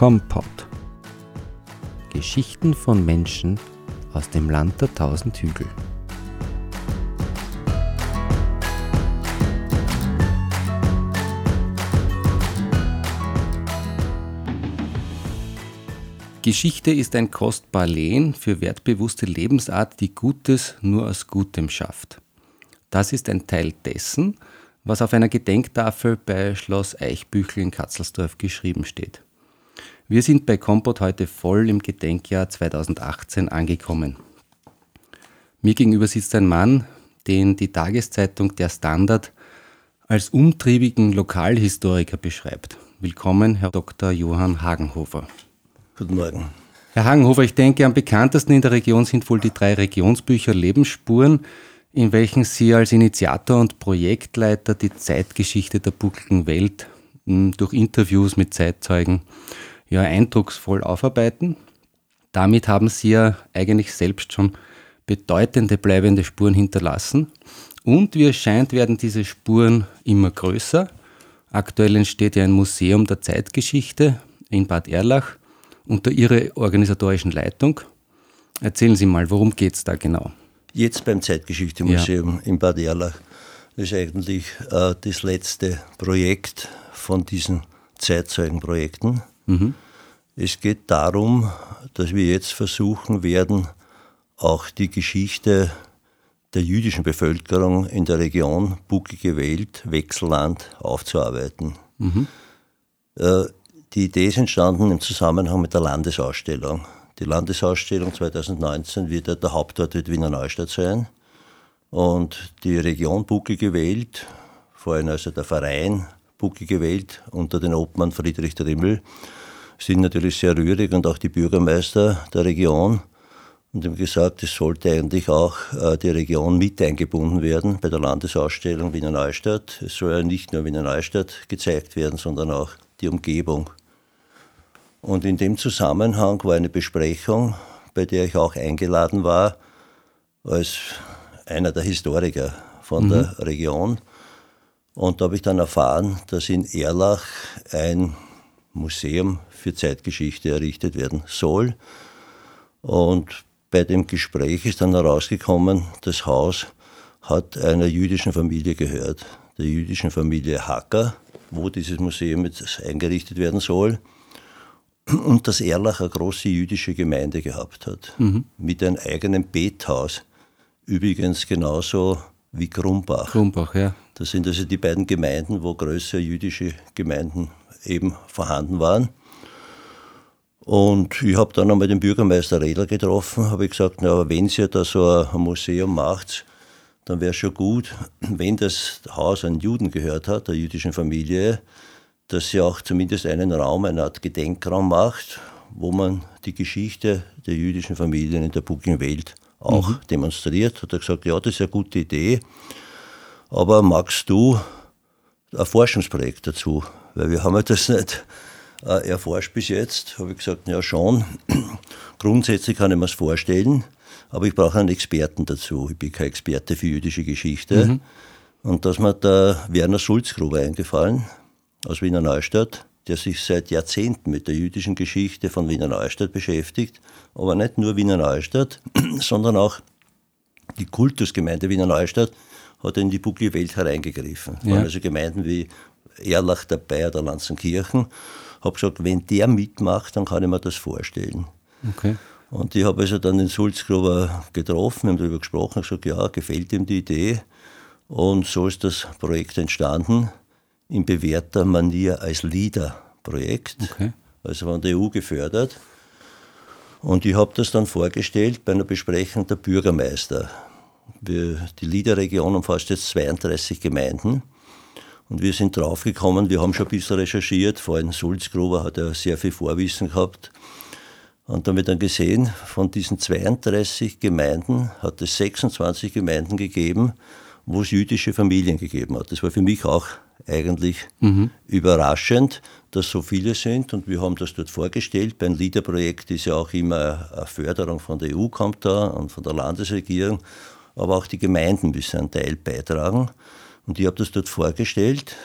Kompott. Geschichten von Menschen aus dem Land der 1000 Hügel. Geschichte ist ein kostbar Lehen für wertbewusste Lebensart, die Gutes nur aus Gutem schafft. Das ist ein Teil dessen, was auf einer Gedenktafel bei Schloss Eichbüchel in Katzelsdorf geschrieben steht. Wir sind bei Kompott heute voll im Gedenkjahr 2018 angekommen. Mir gegenüber sitzt ein Mann, den die Tageszeitung Der Standard als umtriebigen Lokalhistoriker beschreibt. Willkommen, Herr Dr. Johann Hagenhofer. Guten Morgen. Herr Hagenhofer, ich denke, am bekanntesten in der Region sind wohl die 3 Regionsbücher Lebensspuren, in welchen Sie als Initiator und Projektleiter die Zeitgeschichte der buckligen Welt durch Interviews mit Zeitzeugen eindrucksvoll aufarbeiten. Damit haben Sie ja eigentlich selbst schon bedeutende bleibende Spuren hinterlassen. Und wie es scheint, werden diese Spuren immer größer. Aktuell entsteht ja ein Museum der Zeitgeschichte in Bad Erlach unter Ihrer organisatorischen Leitung. Erzählen Sie mal, worum geht es da genau? Jetzt beim Zeitgeschichte-Museum in Bad Erlach. Das ist eigentlich das letzte Projekt von diesen Zeitzeugenprojekten. Es geht darum, dass wir jetzt versuchen werden, auch die Geschichte der jüdischen Bevölkerung in der Region Bucklige Welt, Wechselland aufzuarbeiten. Die Idee ist entstanden im Zusammenhang mit der Landesausstellung. Die Landesausstellung 2019 wird ja der Hauptort wird Wiener Neustadt sein. Und die Region Bucklige Welt, vor allem also der Verein Bucklige Welt unter den Obmann Friedrich Trimmel, sind natürlich sehr rührig und auch die Bürgermeister der Region. Und haben gesagt, es sollte eigentlich auch die Region mit eingebunden werden bei der Landesausstellung Wiener Neustadt. Es soll ja nicht nur Wiener Neustadt gezeigt werden, sondern auch die Umgebung. Und in dem Zusammenhang war eine Besprechung, bei der ich auch eingeladen war, als einer der Historiker von der Region. Und da habe ich dann erfahren, dass in Erlach ein Museum für Zeitgeschichte errichtet werden soll. Und bei dem Gespräch ist dann herausgekommen, das Haus hat einer jüdischen Familie gehört, der jüdischen Familie Hacker, wo dieses Museum jetzt eingerichtet werden soll. Und dass Erlach eine große jüdische Gemeinde gehabt hat, mit einem eigenen Bethaus. Übrigens genauso wie Grumbach. Grumbach, ja. Das sind also die beiden Gemeinden, wo größere jüdische Gemeinden eben vorhanden waren. Und ich habe dann einmal den Bürgermeister Redl getroffen, habe gesagt, na, wenn ihr da so ein Museum macht, dann wäre es schon gut, wenn das Haus an Juden gehört hat, der jüdischen Familie, dass sie auch zumindest einen Raum, eine Art Gedenkraum macht, wo man die Geschichte der jüdischen Familien in der buckligen Welt auch demonstriert. Hat er gesagt, ja, das ist eine gute Idee, aber magst du ein Forschungsprojekt dazu? Weil wir haben ja das nicht erforscht bis jetzt. Habe ich gesagt, ja schon, grundsätzlich kann ich mir das vorstellen, aber ich brauche einen Experten dazu. Ich bin kein Experte für jüdische Geschichte. Und da ist mir der Werner Sulzgruber eingefallen, aus Wiener Neustadt, der sich seit Jahrzehnten mit der jüdischen Geschichte von Wiener Neustadt beschäftigt. Aber nicht nur Wiener Neustadt, sondern auch die Kultusgemeinde Wiener Neustadt hat in die bucklige Welt hereingegriffen. Ja. Also Gemeinden wie Erlach dabei oder Lanzenkirchen. Ich habe gesagt, wenn der mitmacht, dann kann ich mir das vorstellen. Okay. Und ich habe also dann den Sulzgruber getroffen, wir haben darüber gesprochen, und gesagt, ja, gefällt ihm die Idee. Und so ist das Projekt entstanden, in bewährter Manier als LEADER-Projekt, also von der EU gefördert. Und ich habe das dann vorgestellt bei einer Besprechung der Bürgermeister. Die LEADER-Region umfasst jetzt 32 Gemeinden. Und wir sind draufgekommen, wir haben schon ein bisschen recherchiert, vor allem Sulzgruber hat ja sehr viel Vorwissen gehabt. Und da haben wir dann gesehen, von diesen 32 Gemeinden hat es 26 Gemeinden gegeben, wo es jüdische Familien gegeben hat. Das war für mich auch eigentlich überraschend, dass so viele sind. Und wir haben das dort vorgestellt. Beim LEADER-Projekt ist ja auch immer eine Förderung von der EU kommt da und von der Landesregierung. Aber auch die Gemeinden müssen einen Teil beitragen. Und ich habe das dort vorgestellt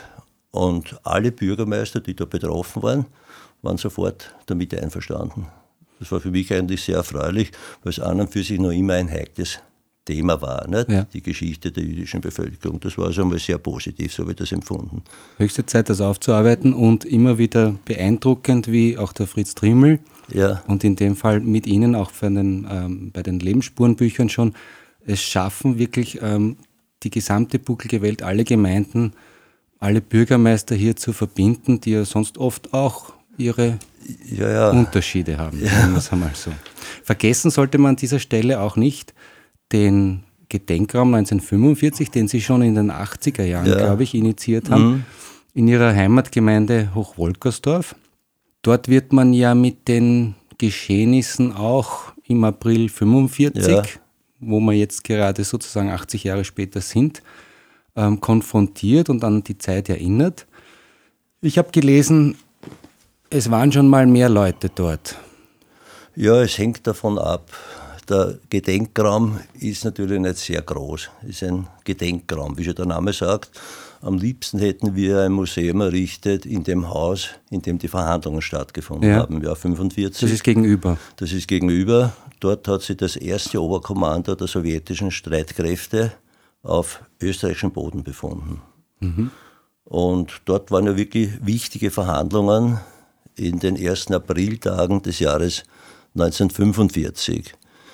Und alle Bürgermeister, die da betroffen waren sofort damit einverstanden. Das war für mich eigentlich sehr erfreulich, weil es an und für sich noch immer ein heikles Thema war, nicht? Ja. Die Geschichte der jüdischen Bevölkerung. Das war also einmal sehr positiv, so habe ich das empfunden. Höchste Zeit, das aufzuarbeiten und immer wieder beeindruckend, wie auch der Fritz Trimmel und in dem Fall mit Ihnen auch bei den Lebensspurenbüchern schon es schaffen, wirklich die gesamte bucklige Welt, alle Gemeinden, alle Bürgermeister hier zu verbinden, die ja sonst oft auch ihre Unterschiede haben. Ja. Das einmal so. Vergessen sollte man an dieser Stelle auch nicht den Gedenkraum 1945, den Sie schon in den 80er Jahren, glaube ich, initiiert haben, in Ihrer Heimatgemeinde Hochwolkersdorf. Dort wird man ja mit den Geschehnissen auch im April 1945, wo wir jetzt gerade sozusagen 80 Jahre später sind, konfrontiert und an die Zeit erinnert. Ich habe gelesen, es waren schon mal mehr Leute dort. Ja, es hängt davon ab. Der Gedenkraum ist natürlich nicht sehr groß. Es ist ein Gedenkraum, wie schon der Name sagt. Am liebsten hätten wir ein Museum errichtet in dem Haus, in dem die Verhandlungen stattgefunden haben, im Jahr 1945. Das ist gegenüber. Das ist gegenüber. Dort hat sich das erste Oberkommando der sowjetischen Streitkräfte auf österreichischem Boden befunden. Mhm. Und dort waren ja wirklich wichtige Verhandlungen in den ersten Apriltagen des Jahres 1945.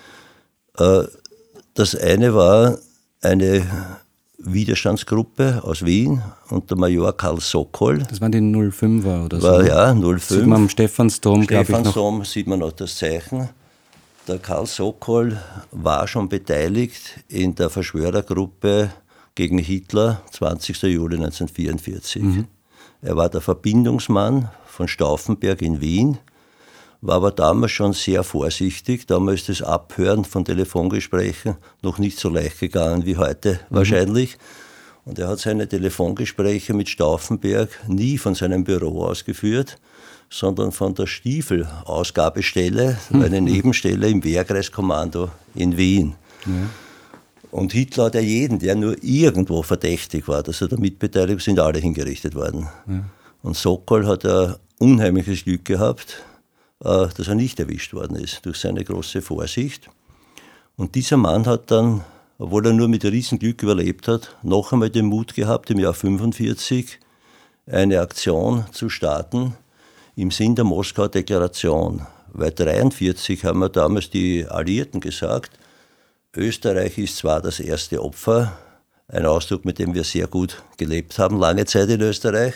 Das eine war eine Widerstandsgruppe aus Wien unter Major Karl Sokol. Das waren die 05er oder so? Ja, 05. Sieht man am Stephansdom, glaube ich, noch. Stephansdom sieht man noch das Zeichen. Der Karl Sokol war schon beteiligt in der Verschwörergruppe gegen Hitler, 20. Juli 1944. Mhm. Er war der Verbindungsmann von Stauffenberg in Wien, war aber damals schon sehr vorsichtig. Damals ist das Abhören von Telefongesprächen noch nicht so leicht gegangen wie heute wahrscheinlich. Und er hat seine Telefongespräche mit Stauffenberg nie von seinem Büro ausgeführt, sondern von der Stiefel-Ausgabestelle, eine Nebenstelle im Wehrkreiskommando in Wien. Ja. Und Hitler hat ja jeden, der nur irgendwo verdächtig war, dass er da mitbeteiligt, sind alle hingerichtet worden. Ja. Und Sokol hat ein unheimliches Glück gehabt, dass er nicht erwischt worden ist durch seine große Vorsicht. Und dieser Mann hat dann, obwohl er nur mit Riesenglück überlebt hat, noch einmal den Mut gehabt, im Jahr 1945 eine Aktion zu starten im Sinn der Moskauer Deklaration. Weil 1943 haben wir damals die Alliierten gesagt, Österreich ist zwar das erste Opfer, ein Ausdruck, mit dem wir sehr gut gelebt haben, lange Zeit in Österreich,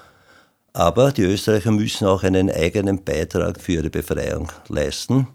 aber die Österreicher müssen auch einen eigenen Beitrag für ihre Befreiung leisten.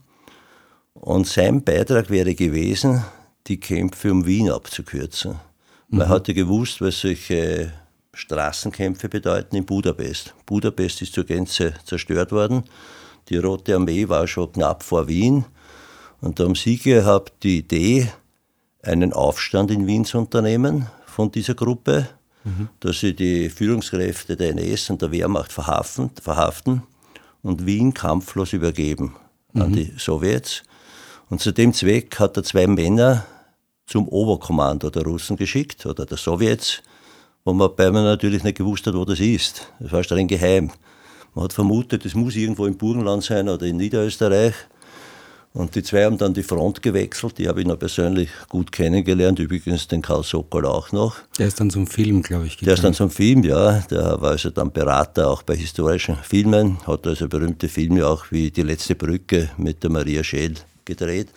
Und sein Beitrag wäre gewesen, die Kämpfe um Wien abzukürzen. Man hatte gewusst, was solche Straßenkämpfe bedeuten in Budapest. Budapest ist zur Gänze zerstört worden. Die Rote Armee war schon knapp vor Wien. Und da haben sie gehabt die Idee, einen Aufstand in Wien zu unternehmen von dieser Gruppe, dass sie die Führungskräfte der NS und der Wehrmacht verhaften und Wien kampflos übergeben an die Sowjets. Und zu dem Zweck hat er 2 Männer zum Oberkommando der Russen geschickt oder der Sowjets, wobei man natürlich nicht gewusst hat, wo das ist. Das war streng geheim. Man hat vermutet, das muss irgendwo im Burgenland sein oder in Niederösterreich. Und die 2 haben dann die Front gewechselt, die habe ich noch persönlich gut kennengelernt, übrigens den Karl Sokol auch noch. Der ist dann zum Film, glaube ich, gegangen. Der ist dann zum Film, ja. Der war also dann Berater auch bei historischen Filmen, hat also berühmte Filme auch wie Die letzte Brücke mit der Maria Scheel gedreht.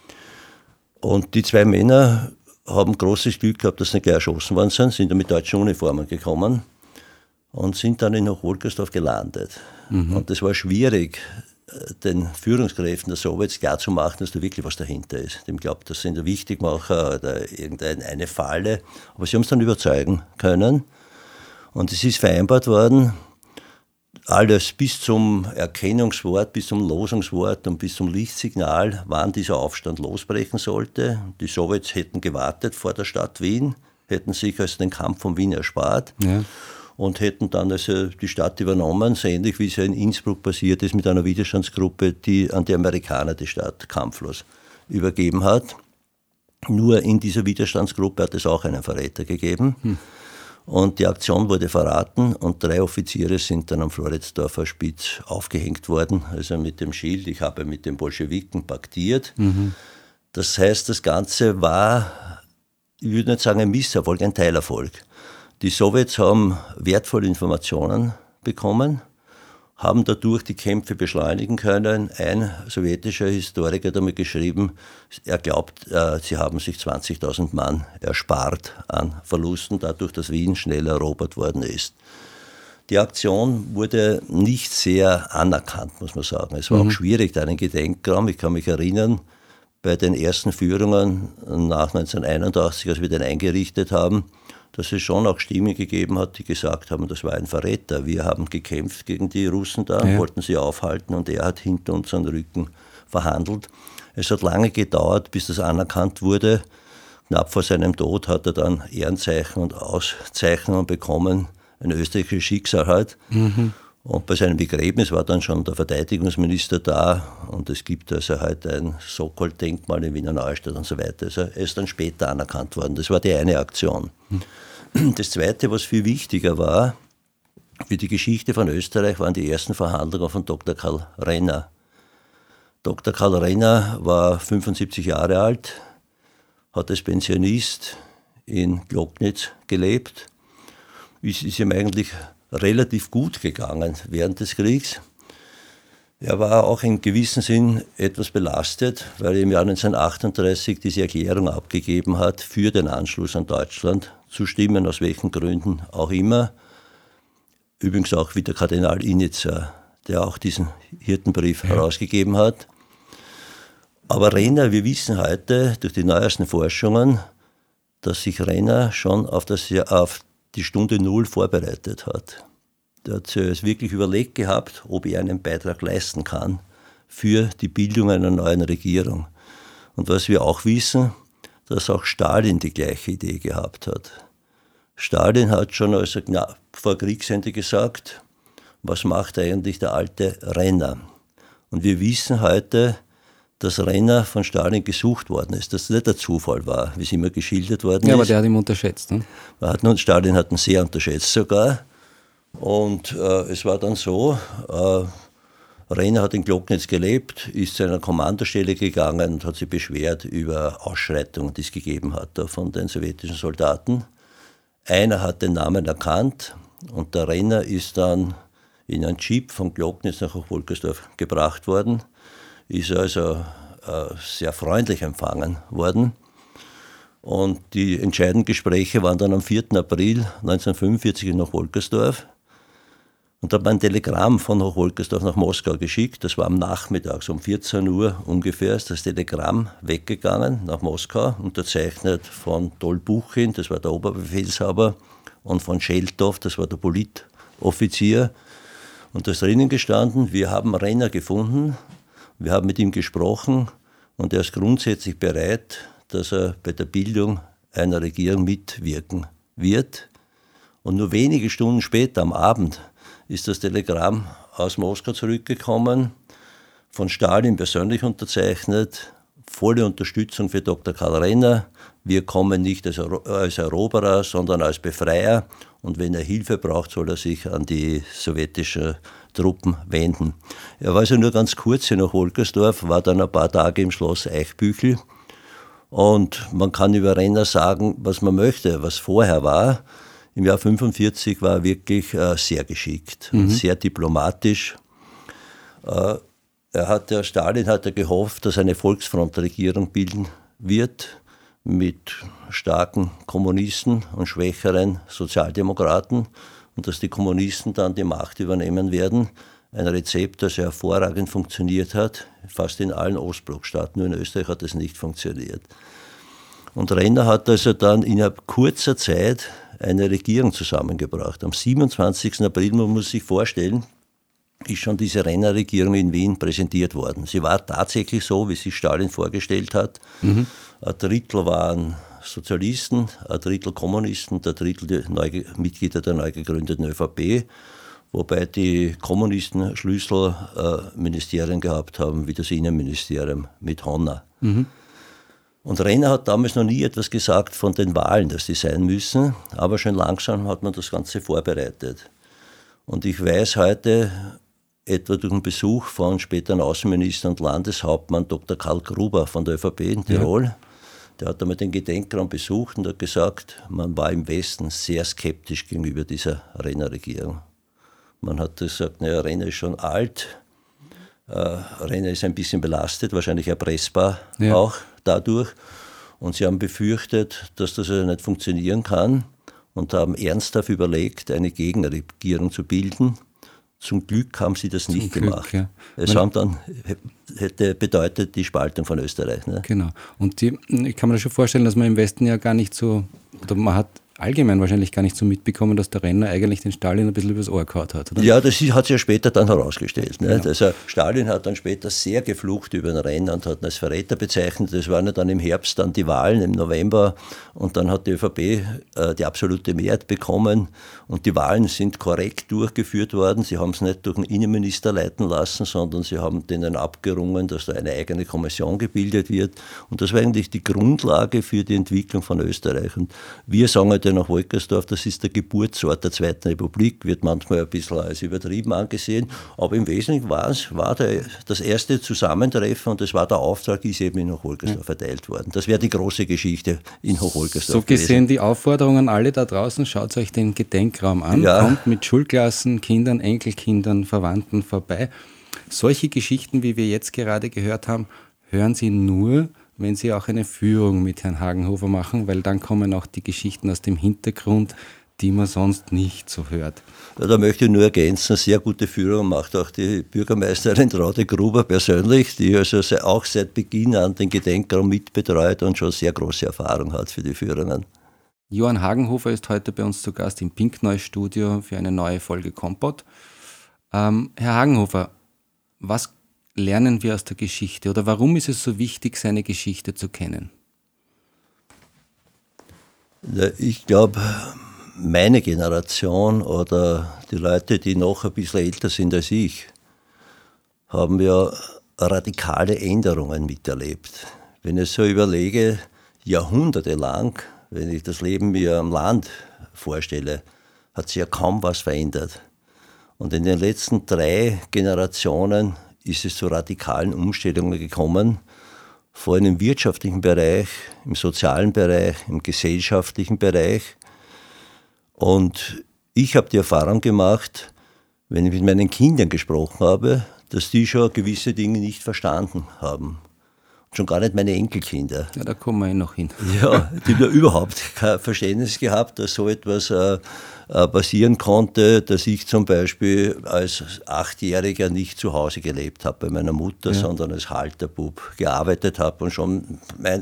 Und die 2 Männer haben großes Glück gehabt, dass sie nicht gleich erschossen worden sind dann mit deutschen Uniformen gekommen und sind dann in Hochwolkersdorf gelandet. Und das war schwierig, den Führungskräften der Sowjets klarzumachen, dass da wirklich was dahinter ist. Dem glaubt, das sind Wichtigmacher oder irgendeine Falle. Aber sie haben es dann überzeugen können. Und es ist vereinbart worden, alles bis zum Erkennungswort, bis zum Losungswort und bis zum Lichtsignal, wann dieser Aufstand losbrechen sollte. Die Sowjets hätten gewartet vor der Stadt Wien, hätten sich also den Kampf um Wien erspart. Ja. Und hätten dann also die Stadt übernommen, so ähnlich wie es ja in Innsbruck passiert ist mit einer Widerstandsgruppe, die an die Amerikaner die Stadt kampflos übergeben hat. Nur in dieser Widerstandsgruppe hat es auch einen Verräter gegeben. Und die Aktion wurde verraten und 3 Offiziere sind dann am Floridsdorfer Spitz aufgehängt worden, also mit dem Schild, ich habe mit den Bolschewiken paktiert. Das heißt, das Ganze war, ich würde nicht sagen ein Misserfolg, ein Teilerfolg. Die Sowjets haben wertvolle Informationen bekommen, haben dadurch die Kämpfe beschleunigen können. Ein sowjetischer Historiker hat damit geschrieben, er glaubt, sie haben sich 20.000 Mann erspart an Verlusten, dadurch, dass Wien schnell erobert worden ist. Die Aktion wurde nicht sehr anerkannt, muss man sagen. Es war auch schwierig, da einen Gedenkraum, ich kann mich erinnern, bei den ersten Führungen nach 1981, als wir den eingerichtet haben, dass es schon auch Stimmen gegeben hat, die gesagt haben, das war ein Verräter. Wir haben gekämpft gegen die Russen da, wollten sie aufhalten und er hat hinter unseren Rücken verhandelt. Es hat lange gedauert, bis das anerkannt wurde. Knapp vor seinem Tod hat er dann Ehrenzeichen und Auszeichnungen bekommen, ein österreichisches Schicksal halt. Und bei seinem Begräbnis war dann schon der Verteidigungsminister da und es gibt also heute ein Sokol-Denkmal in Wiener Neustadt und so weiter. Also er ist dann später anerkannt worden. Das war die eine Aktion. Das Zweite, was viel wichtiger war für die Geschichte von Österreich, waren die ersten Verhandlungen von Dr. Karl Renner. Dr. Karl Renner war 75 Jahre alt, hat als Pensionist in Glocknitz gelebt. Es ist ihm eigentlich relativ gut gegangen während des Kriegs. Er war auch in gewissem Sinn etwas belastet, weil er im Jahr 1938 diese Erklärung abgegeben hat, für den Anschluss an Deutschland zu stimmen, aus welchen Gründen auch immer. Übrigens auch wie der Kardinal Initzer, der auch diesen Hirtenbrief herausgegeben hat. Aber Renner, wir wissen heute durch die neuesten Forschungen, dass sich Renner schon auf die Stunde Null vorbereitet hat. Der hat sich wirklich überlegt gehabt, ob er einen Beitrag leisten kann für die Bildung einer neuen Regierung. Und was wir auch wissen, dass auch Stalin die gleiche Idee gehabt hat. Stalin hat schon also vor Kriegsende gesagt, was macht eigentlich der alte Renner? Und wir wissen heute, dass Renner von Stalin gesucht worden ist, dass das nicht der Zufall war, wie es immer geschildert worden ist. Ja, aber der hat ihn unterschätzt. Ne? Stalin hat ihn sehr unterschätzt sogar. Und es war dann so, Renner hat in Glocknitz gelebt, ist zu einer Kommandostelle gegangen und hat sich beschwert über Ausschreitungen, die es gegeben hat da von den sowjetischen Soldaten. Einer hat den Namen erkannt und der Renner ist dann in einen Jeep von Glocknitz nach Hochwolkersdorf gebracht worden, ist also sehr freundlich empfangen worden. Und die entscheidenden Gespräche waren dann am 4. April 1945 in Hochwolkersdorf. Und da hat man ein Telegramm von Hochwolkersdorf nach Moskau geschickt. Das war am Nachmittag, so um 14 Uhr ungefähr, ist das Telegramm weggegangen nach Moskau, unterzeichnet von Dolbuchin, das war der Oberbefehlshaber, und von Scheltow, das war der Politoffizier. Und da ist drinnen gestanden, wir haben Renner gefunden, wir haben mit ihm gesprochen und er ist grundsätzlich bereit, dass er bei der Bildung einer Regierung mitwirken wird. Und nur wenige Stunden später am Abend ist das Telegramm aus Moskau zurückgekommen, von Stalin persönlich unterzeichnet, volle Unterstützung für Dr. Karl Renner. Wir kommen nicht als Eroberer, sondern als Befreier. Und wenn er Hilfe braucht, soll er sich an die sowjetischen Truppen wenden. Er war also nur ganz kurz in Hochwolkersdorf, war dann ein paar Tage im Schloss Eichbüchel. Und man kann über Renner sagen, was man möchte, was vorher war. Im Jahr 1945 war er wirklich sehr geschickt und sehr diplomatisch. Stalin hat gehofft, dass eine Volksfrontregierung bilden wird mit starken Kommunisten und schwächeren Sozialdemokraten und dass die Kommunisten dann die Macht übernehmen werden. Ein Rezept, das hervorragend funktioniert hat, fast in allen Ostblockstaaten, nur in Österreich hat es nicht funktioniert. Und Renner hat also dann innerhalb kurzer Zeit eine Regierung zusammengebracht. Am 27. April, man muss sich vorstellen, ist schon diese Renner-Regierung in Wien präsentiert worden. Sie war tatsächlich so, wie sich Stalin vorgestellt hat. Ein Drittel waren Sozialisten, ein Drittel Kommunisten, ein Drittel Mitglieder der neu gegründeten ÖVP, wobei die Kommunisten Schlüsselministerien gehabt haben, wie das Innenministerium mit Honner. Und Renner hat damals noch nie etwas gesagt von den Wahlen, dass die sein müssen, aber schon langsam hat man das Ganze vorbereitet. Und ich weiß heute, etwa durch den Besuch von späteren Außenminister und Landeshauptmann Dr. Karl Gruber von der ÖVP in Tirol, der hat einmal den Gedenkraum besucht und hat gesagt, man war im Westen sehr skeptisch gegenüber dieser Renner-Regierung. Man hat gesagt, naja, Renner ist schon alt, Renner ist ein bisschen belastet, wahrscheinlich erpressbar auch dadurch. Und sie haben befürchtet, dass das also nicht funktionieren kann und haben ernsthaft überlegt, eine Gegnerregierung zu bilden. Zum Glück haben sie das nicht gemacht. Ja. Es hätte bedeutet die Spaltung von Österreich. Ne? Genau. Und ich kann mir das schon vorstellen, dass man im Westen ja gar nicht so, oder man hat allgemein wahrscheinlich gar nicht so mitbekommen, dass der Renner eigentlich den Stalin ein bisschen übers Ohr gehauen hat, oder? Ja, das hat sich ja später dann herausgestellt. Ne? Genau. Also Stalin hat dann später sehr geflucht über den Renner und hat ihn als Verräter bezeichnet. Das waren ja dann im Herbst dann die Wahlen im November und dann hat die ÖVP die absolute Mehrheit bekommen und die Wahlen sind korrekt durchgeführt worden. Sie haben es nicht durch den Innenminister leiten lassen, sondern sie haben denen abgerungen, dass da eine eigene Kommission gebildet wird und das war eigentlich die Grundlage für die Entwicklung von Österreich. Und wir sagen halt nach Wolkersdorf, das ist der Geburtsort der Zweiten Republik, wird manchmal ein bisschen als übertrieben angesehen, aber im Wesentlichen war das erste Zusammentreffen und das war der Auftrag, ist eben in Hochwolkersdorf verteilt worden. Das wäre die große Geschichte in Hochwolkersdorf So gesehen gewesen. Die Aufforderung an alle da draußen, schaut euch den Gedenkraum an, kommt mit Schulklassen, Kindern, Enkelkindern, Verwandten vorbei. Solche Geschichten, wie wir jetzt gerade gehört haben, hören Sie nur, wenn Sie auch eine Führung mit Herrn Hagenhofer machen, weil dann kommen auch die Geschichten aus dem Hintergrund, die man sonst nicht so hört. Ja, da möchte ich nur ergänzen, sehr gute Führung macht auch die Bürgermeisterin Traute Gruber persönlich, die also auch seit Beginn an den Gedenkraum mitbetreut und schon sehr große Erfahrung hat für die Führungen. Johann Hagenhofer ist heute bei uns zu Gast im Pink-Noise-Studio für eine neue Folge Kompott. Herr Hagenhofer, was lernen wir aus der Geschichte oder warum ist es so wichtig, seine Geschichte zu kennen? Ich glaube, meine Generation oder die Leute, die noch ein bisschen älter sind als ich, haben ja radikale Änderungen miterlebt. Wenn ich so überlege, jahrhundertelang, wenn ich das Leben mir am Land vorstelle, hat sich ja kaum was verändert. Und in den letzten 3 Generationen ist es zu radikalen Umstellungen gekommen, vor allem im wirtschaftlichen Bereich, im sozialen Bereich, im gesellschaftlichen Bereich. Und ich habe die Erfahrung gemacht, wenn ich mit meinen Kindern gesprochen habe, dass die schon gewisse Dinge nicht verstanden haben. Und schon gar nicht meine Enkelkinder. Ja, da kommen wir noch hin. Ja, die haben ja überhaupt kein Verständnis gehabt, dass so etwas passieren konnte, dass ich zum Beispiel als 8-Jähriger nicht zu Hause gelebt habe bei meiner Mutter, sondern als Halterbub gearbeitet habe und schon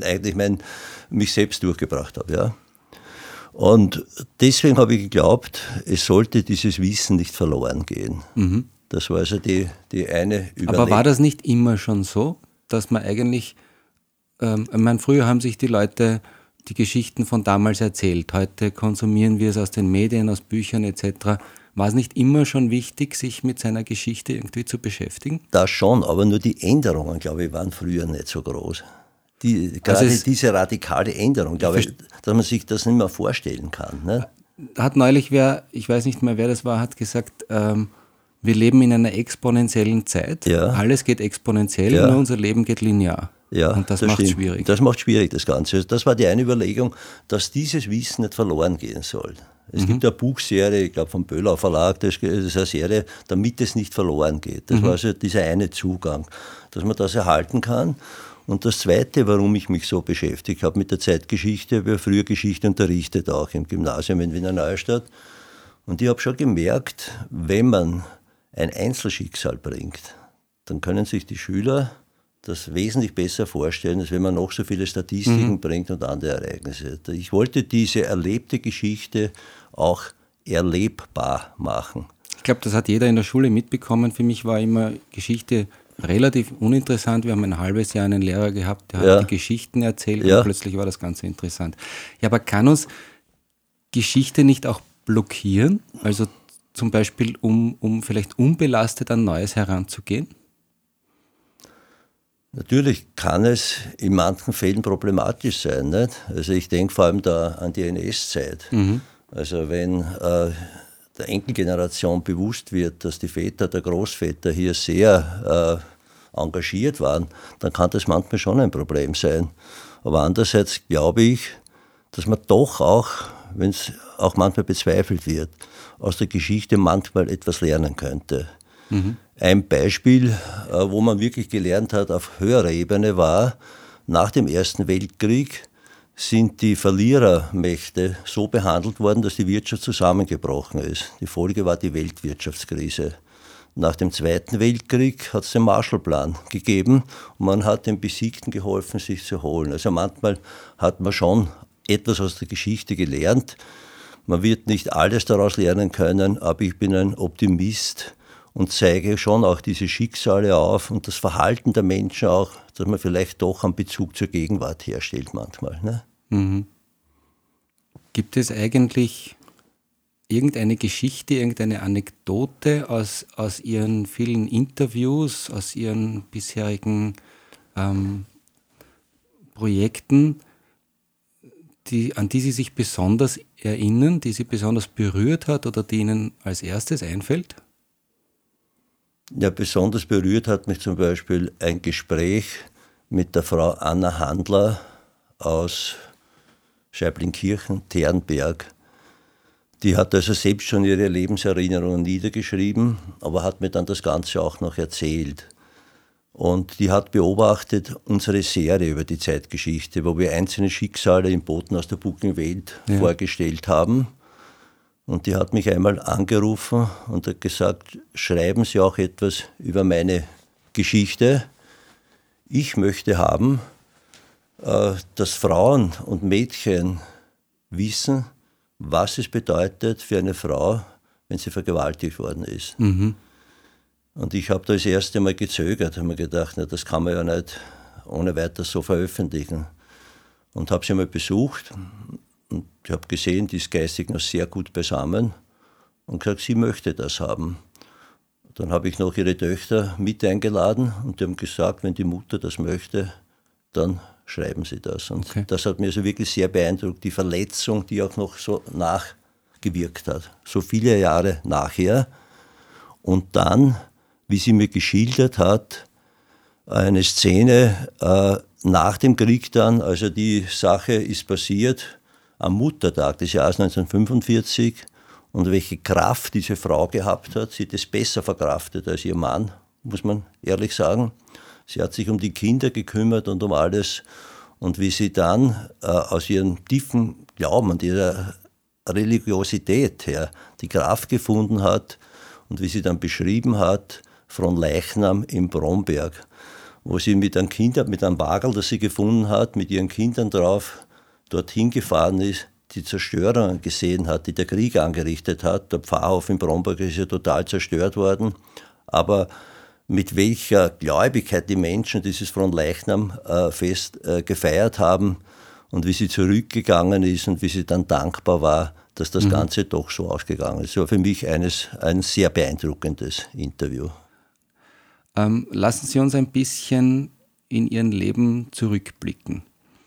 mich selbst durchgebracht habe. Ja. Und deswegen habe ich geglaubt, es sollte dieses Wissen nicht verloren gehen. Mhm. Das war also die eine Überlegung. Aber war das nicht immer schon so, dass man eigentlich, früher haben sich die Leute die Geschichten von damals erzählt. Heute konsumieren wir es aus den Medien, aus Büchern etc. War es nicht immer schon wichtig, sich mit seiner Geschichte irgendwie zu beschäftigen? Das schon, aber nur die Änderungen, glaube ich, waren früher nicht so groß. Diese radikale Änderung, glaube ich, dass man sich das nicht mehr vorstellen kann. Ne? Hat neulich ich weiß nicht mehr, wer das war, hat gesagt, wir leben in einer exponentiellen Zeit. Ja. Alles geht exponentiell, nur unser Leben geht linear. Ja, und das macht es schwierig. Das macht schwierig, das Ganze. Das war die eine Überlegung, dass dieses Wissen nicht verloren gehen soll. Es gibt eine Buchserie, ich glaube vom Böhlau Verlag, das ist eine Serie, damit es nicht verloren geht. Das war also dieser eine Zugang, dass man das erhalten kann. Und das Zweite, warum ich mich so beschäftigt habe mit der Zeitgeschichte, habe ich früher Geschichte unterrichtet, auch im Gymnasium in Wiener Neustadt. Und ich habe schon gemerkt, wenn man ein Einzelschicksal bringt, dann können sich die Schüler das wesentlich besser vorstellen, als wenn man noch so viele Statistiken bringt und andere Ereignisse. Ich wollte diese erlebte Geschichte auch erlebbar machen. Ich glaube, das hat jeder in der Schule mitbekommen. Für mich war immer Geschichte relativ uninteressant. Wir haben ein halbes Jahr einen Lehrer gehabt, der hat die Geschichten erzählt und plötzlich war das Ganze interessant. Ja, aber kann uns Geschichte nicht auch blockieren? Also zum Beispiel, um vielleicht unbelastet an Neues heranzugehen? Natürlich kann es in manchen Fällen problematisch sein. Nicht? Also ich denke vor allem da an die NS-Zeit. Also wenn der Enkelgeneration bewusst wird, dass die Väter der Großväter hier sehr engagiert waren, dann kann das manchmal schon ein Problem sein. Aber andererseits glaube ich, dass man doch auch, wenn es auch manchmal bezweifelt wird, aus der Geschichte manchmal etwas lernen könnte. Ein Beispiel, wo man wirklich gelernt hat auf höherer Ebene, war, nach dem Ersten Weltkrieg sind die Verlierermächte so behandelt worden, dass die Wirtschaft zusammengebrochen ist. Die Folge war die Weltwirtschaftskrise. Nach dem Zweiten Weltkrieg hat es den Marshallplan gegeben und man hat den Besiegten geholfen, sich zu erholen. Also manchmal hat man schon etwas aus der Geschichte gelernt. Man wird nicht alles daraus lernen können, aber ich bin ein Optimist und zeige schon auch diese Schicksale auf und das Verhalten der Menschen auch, dass man vielleicht doch einen Bezug zur Gegenwart herstellt manchmal. Ne? Gibt es eigentlich irgendeine Geschichte, irgendeine Anekdote aus Ihren vielen Interviews, aus Ihren bisherigen Projekten, an die Sie sich besonders erinnern, die Sie besonders berührt hat oder die Ihnen als erstes einfällt? Ja, besonders berührt hat mich zum Beispiel ein Gespräch mit der Frau Anna Handler aus Scheiblinkirchen, Ternberg. Die hat also selbst schon ihre Lebenserinnerungen niedergeschrieben, aber hat mir dann das Ganze auch noch erzählt. Und die hat beobachtet unsere Serie über die Zeitgeschichte, wo wir einzelne Schicksale in Boten aus der buckligen Welt vorgestellt haben. Und die hat mich einmal angerufen und hat gesagt, schreiben Sie auch etwas über meine Geschichte. Ich möchte haben, dass Frauen und Mädchen wissen, was es bedeutet für eine Frau, wenn sie vergewaltigt worden ist. Und ich habe da das erste Mal gezögert, habe mir gedacht, na, das kann man ja nicht ohne weiteres so veröffentlichen. Und habe sie mal besucht und ich habe gesehen, die ist geistig noch sehr gut beisammen und gesagt, sie möchte das haben. Dann habe ich noch ihre Töchter mit eingeladen und die haben gesagt, wenn die Mutter das möchte, dann schreiben sie das. Und das hat mir so wirklich sehr beeindruckt, die Verletzung, die auch noch so nachgewirkt hat, so viele Jahre nachher. Und dann, wie sie mir geschildert hat, eine Szene nach dem Krieg dann, also die Sache ist passiert am Muttertag des Jahres 1945 und welche Kraft diese Frau gehabt hat, sie hat es besser verkraftet als ihr Mann, muss man ehrlich sagen. Sie hat sich um die Kinder gekümmert und um alles und wie sie dann aus ihrem tiefen Glauben und ihrer Religiosität her die Kraft gefunden hat und wie sie dann beschrieben hat, Fronleichnam in Bromberg, wo sie mit einem Wagel, das sie gefunden hat, mit ihren Kindern drauf, dorthin gefahren ist, die Zerstörungen gesehen hat, die der Krieg angerichtet hat. Der Pfarrhof in Bromberg ist ja total zerstört worden. Aber mit welcher Gläubigkeit die Menschen dieses Fronleichnam-Fest gefeiert haben und wie sie zurückgegangen ist und wie sie dann dankbar war, dass das Ganze doch so ausgegangen ist. Das war für mich ein sehr beeindruckendes Interview. Lassen Sie uns ein bisschen in Ihren Leben zurückblicken.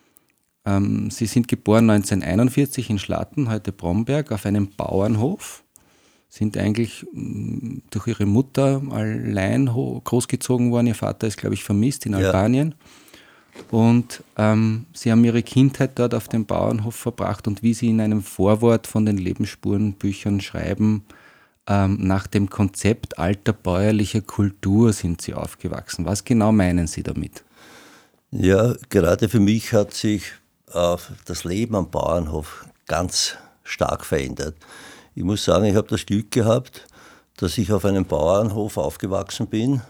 Sie sind geboren 1941 in Schlatten, heute Bromberg, auf einem Bauernhof, sind eigentlich durch Ihre Mutter allein großgezogen worden. Ihr Vater ist, glaube ich, vermisst in Albanien. Und Sie haben Ihre Kindheit dort auf dem Bauernhof verbracht und wie Sie in einem Vorwort von den Lebensspurenbüchern schreiben, nach dem Konzept alter bäuerlicher Kultur sind Sie aufgewachsen. Was genau meinen Sie damit? Ja, gerade für mich hat sich das Leben am Bauernhof ganz stark verändert. Ich muss sagen, ich habe das Glück gehabt, dass ich auf einem Bauernhof aufgewachsen bin,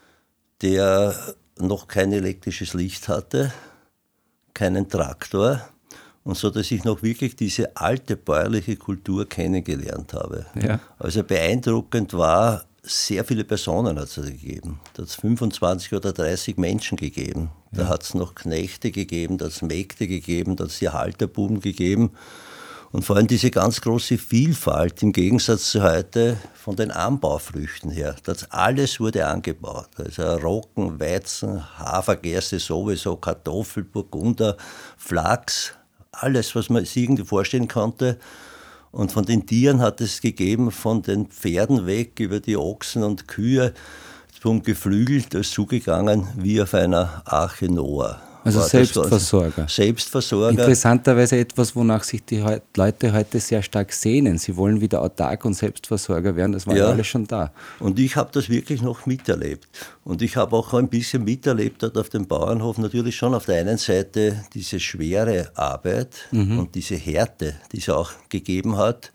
der noch kein elektrisches Licht hatte, keinen Traktor und so, dass ich noch wirklich diese alte bäuerliche Kultur kennengelernt habe. Ja. Also beeindruckend war, sehr viele Personen hat es gegeben. Da hat es 25 oder 30 Menschen gegeben. Da hat es noch Knechte gegeben, da hat es Mägde gegeben, da hat es die Halterbuben gegeben. Und vor allem diese ganz große Vielfalt im Gegensatz zu heute von den Anbaufrüchten her. Das alles wurde angebaut. Also Roggen, Weizen, Hafer, Gerste sowieso, Kartoffel, Burgunder, Flachs, alles, was man sich irgendwie vorstellen konnte. Und von den Tieren hat es gegeben, von den Pferden weg über die Ochsen und Kühe zum Geflügel, das ist zugegangen wie auf einer Arche Noah. Also Selbstversorger. Selbstversorger. Interessanterweise etwas, wonach sich die Leute heute sehr stark sehnen. Sie wollen wieder autark und Selbstversorger werden, das war ja alles schon da. Und ich habe das wirklich noch miterlebt. Und ich habe auch ein bisschen miterlebt dort auf dem Bauernhof, natürlich schon auf der einen Seite diese schwere Arbeit und diese Härte, die es auch gegeben hat.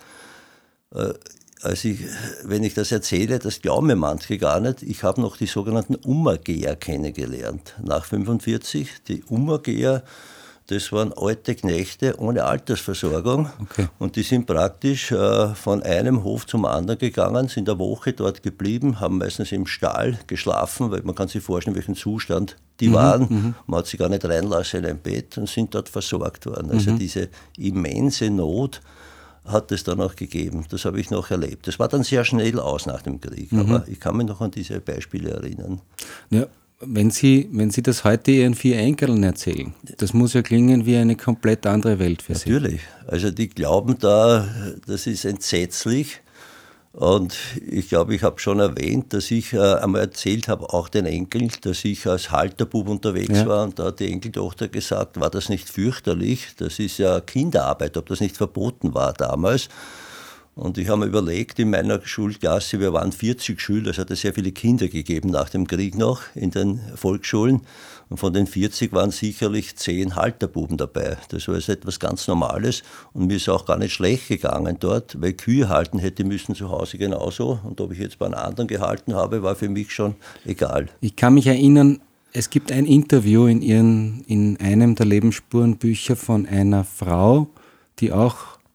Wenn ich das erzähle, das glauben mir manche gar nicht. Ich habe noch die sogenannten Ummergeher kennengelernt. Nach 1945, die Ummergeher, das waren alte Knechte ohne Altersversorgung. Okay. Und die sind praktisch von einem Hof zum anderen gegangen, sind eine Woche dort geblieben, haben meistens im Stall geschlafen, weil man kann sich vorstellen, welchen Zustand die waren. Man hat sie gar nicht reinlassen in ein Bett und sind dort versorgt worden. Also diese immense Not hat es dann auch gegeben. Das habe ich noch erlebt. Das war dann sehr schnell aus nach dem Krieg, aber ich kann mich noch an diese Beispiele erinnern. Ja, wenn Sie das heute Ihren 4 Enkeln erzählen, das muss ja klingen wie eine komplett andere Welt für Sie. Natürlich. Also die glauben da, das ist entsetzlich. Und ich glaube, ich habe schon erwähnt, dass ich einmal erzählt habe, auch den Enkeln, dass ich als Halterbub unterwegs war. Und da hat die Enkeltochter gesagt, war das nicht fürchterlich? Das ist ja Kinderarbeit, ob das nicht verboten war damals. Und ich habe mir überlegt, in meiner Schulklasse, wir waren 40 Schüler, es hatte sehr viele Kinder gegeben nach dem Krieg noch in den Volksschulen. Und von den 40 waren sicherlich 10 Halterbuben dabei. Das war also etwas ganz Normales. Und mir ist auch gar nicht schlecht gegangen dort, weil Kühe halten hätte müssen zu Hause genauso. Und ob ich jetzt bei einem anderen gehalten habe, war für mich schon egal. Ich kann mich erinnern, es gibt ein Interview in einem der Lebensspurenbücher von einer Frau, die auch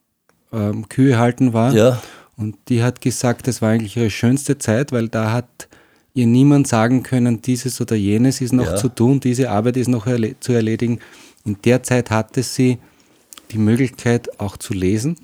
Kühe halten war. Ja. Und die hat gesagt, das war eigentlich ihre schönste Zeit, weil da hat ihr niemand sagen können, dieses oder jenes ist noch zu tun, diese Arbeit ist noch zu erledigen. In der Zeit hatte sie die Möglichkeit auch zu lesen,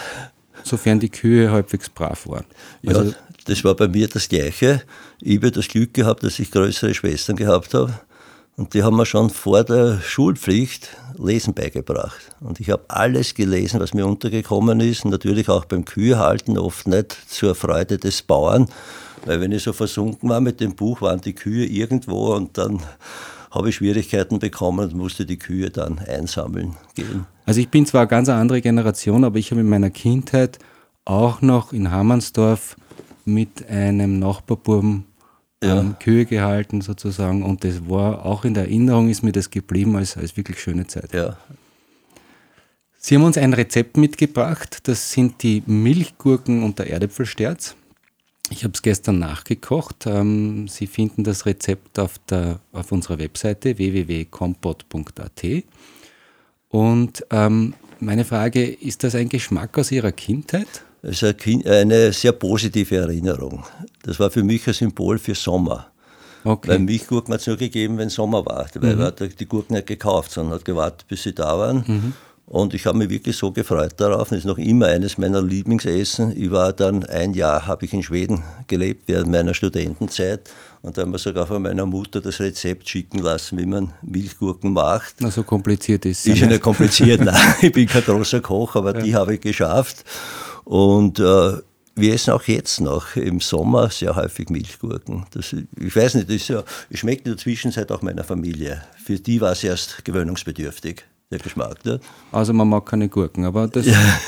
sofern die Kühe halbwegs brav waren. Also, ja, das war bei mir das Gleiche. Ich habe das Glück gehabt, dass ich größere Schwestern gehabt habe. Und die haben mir schon vor der Schulpflicht Lesen beigebracht. Und ich habe alles gelesen, was mir untergekommen ist. Natürlich auch beim Kühehalten, oft nicht zur Freude des Bauern. Weil wenn ich so versunken war mit dem Buch, waren die Kühe irgendwo und dann habe ich Schwierigkeiten bekommen und musste die Kühe dann einsammeln gehen. Also ich bin zwar eine ganz andere Generation, aber ich habe in meiner Kindheit auch noch in Hammernsdorf mit einem Nachbarbuben Kühe gehalten sozusagen und das war auch in der Erinnerung, ist mir das geblieben als wirklich schöne Zeit. Ja. Sie haben uns ein Rezept mitgebracht, das sind die Milchgurken und der Erdäpfelsterz. Ich habe es gestern nachgekocht. Sie finden das Rezept auf unserer Webseite www.kompott.at. Und meine Frage, ist das ein Geschmack aus Ihrer Kindheit? Das ist eine sehr positive Erinnerung. Das war für mich ein Symbol für Sommer. Okay. Weil Milchgurken hat es nur gegeben, wenn Sommer war. Weil man hat die Gurken nicht gekauft, sondern hat gewartet, bis sie da waren. Und ich habe mich wirklich so gefreut darauf. Das ist noch immer eines meiner Lieblingsessen. Ich war dann ein Jahr, habe ich in Schweden gelebt, während meiner Studentenzeit. Und da haben wir sogar von meiner Mutter das Rezept schicken lassen, wie man Milchgurken macht. Na, so kompliziert ist es. Ist ja nicht kompliziert, nein. Ich bin kein großer Koch, aber die habe ich geschafft. Und wir essen auch jetzt noch im Sommer sehr häufig Milchgurken. Ich weiß nicht, es schmeckt in der Zwischenzeit auch meiner Familie. Für die war es erst gewöhnungsbedürftig, der Geschmack. Ne? Also man mag keine Gurken, aber das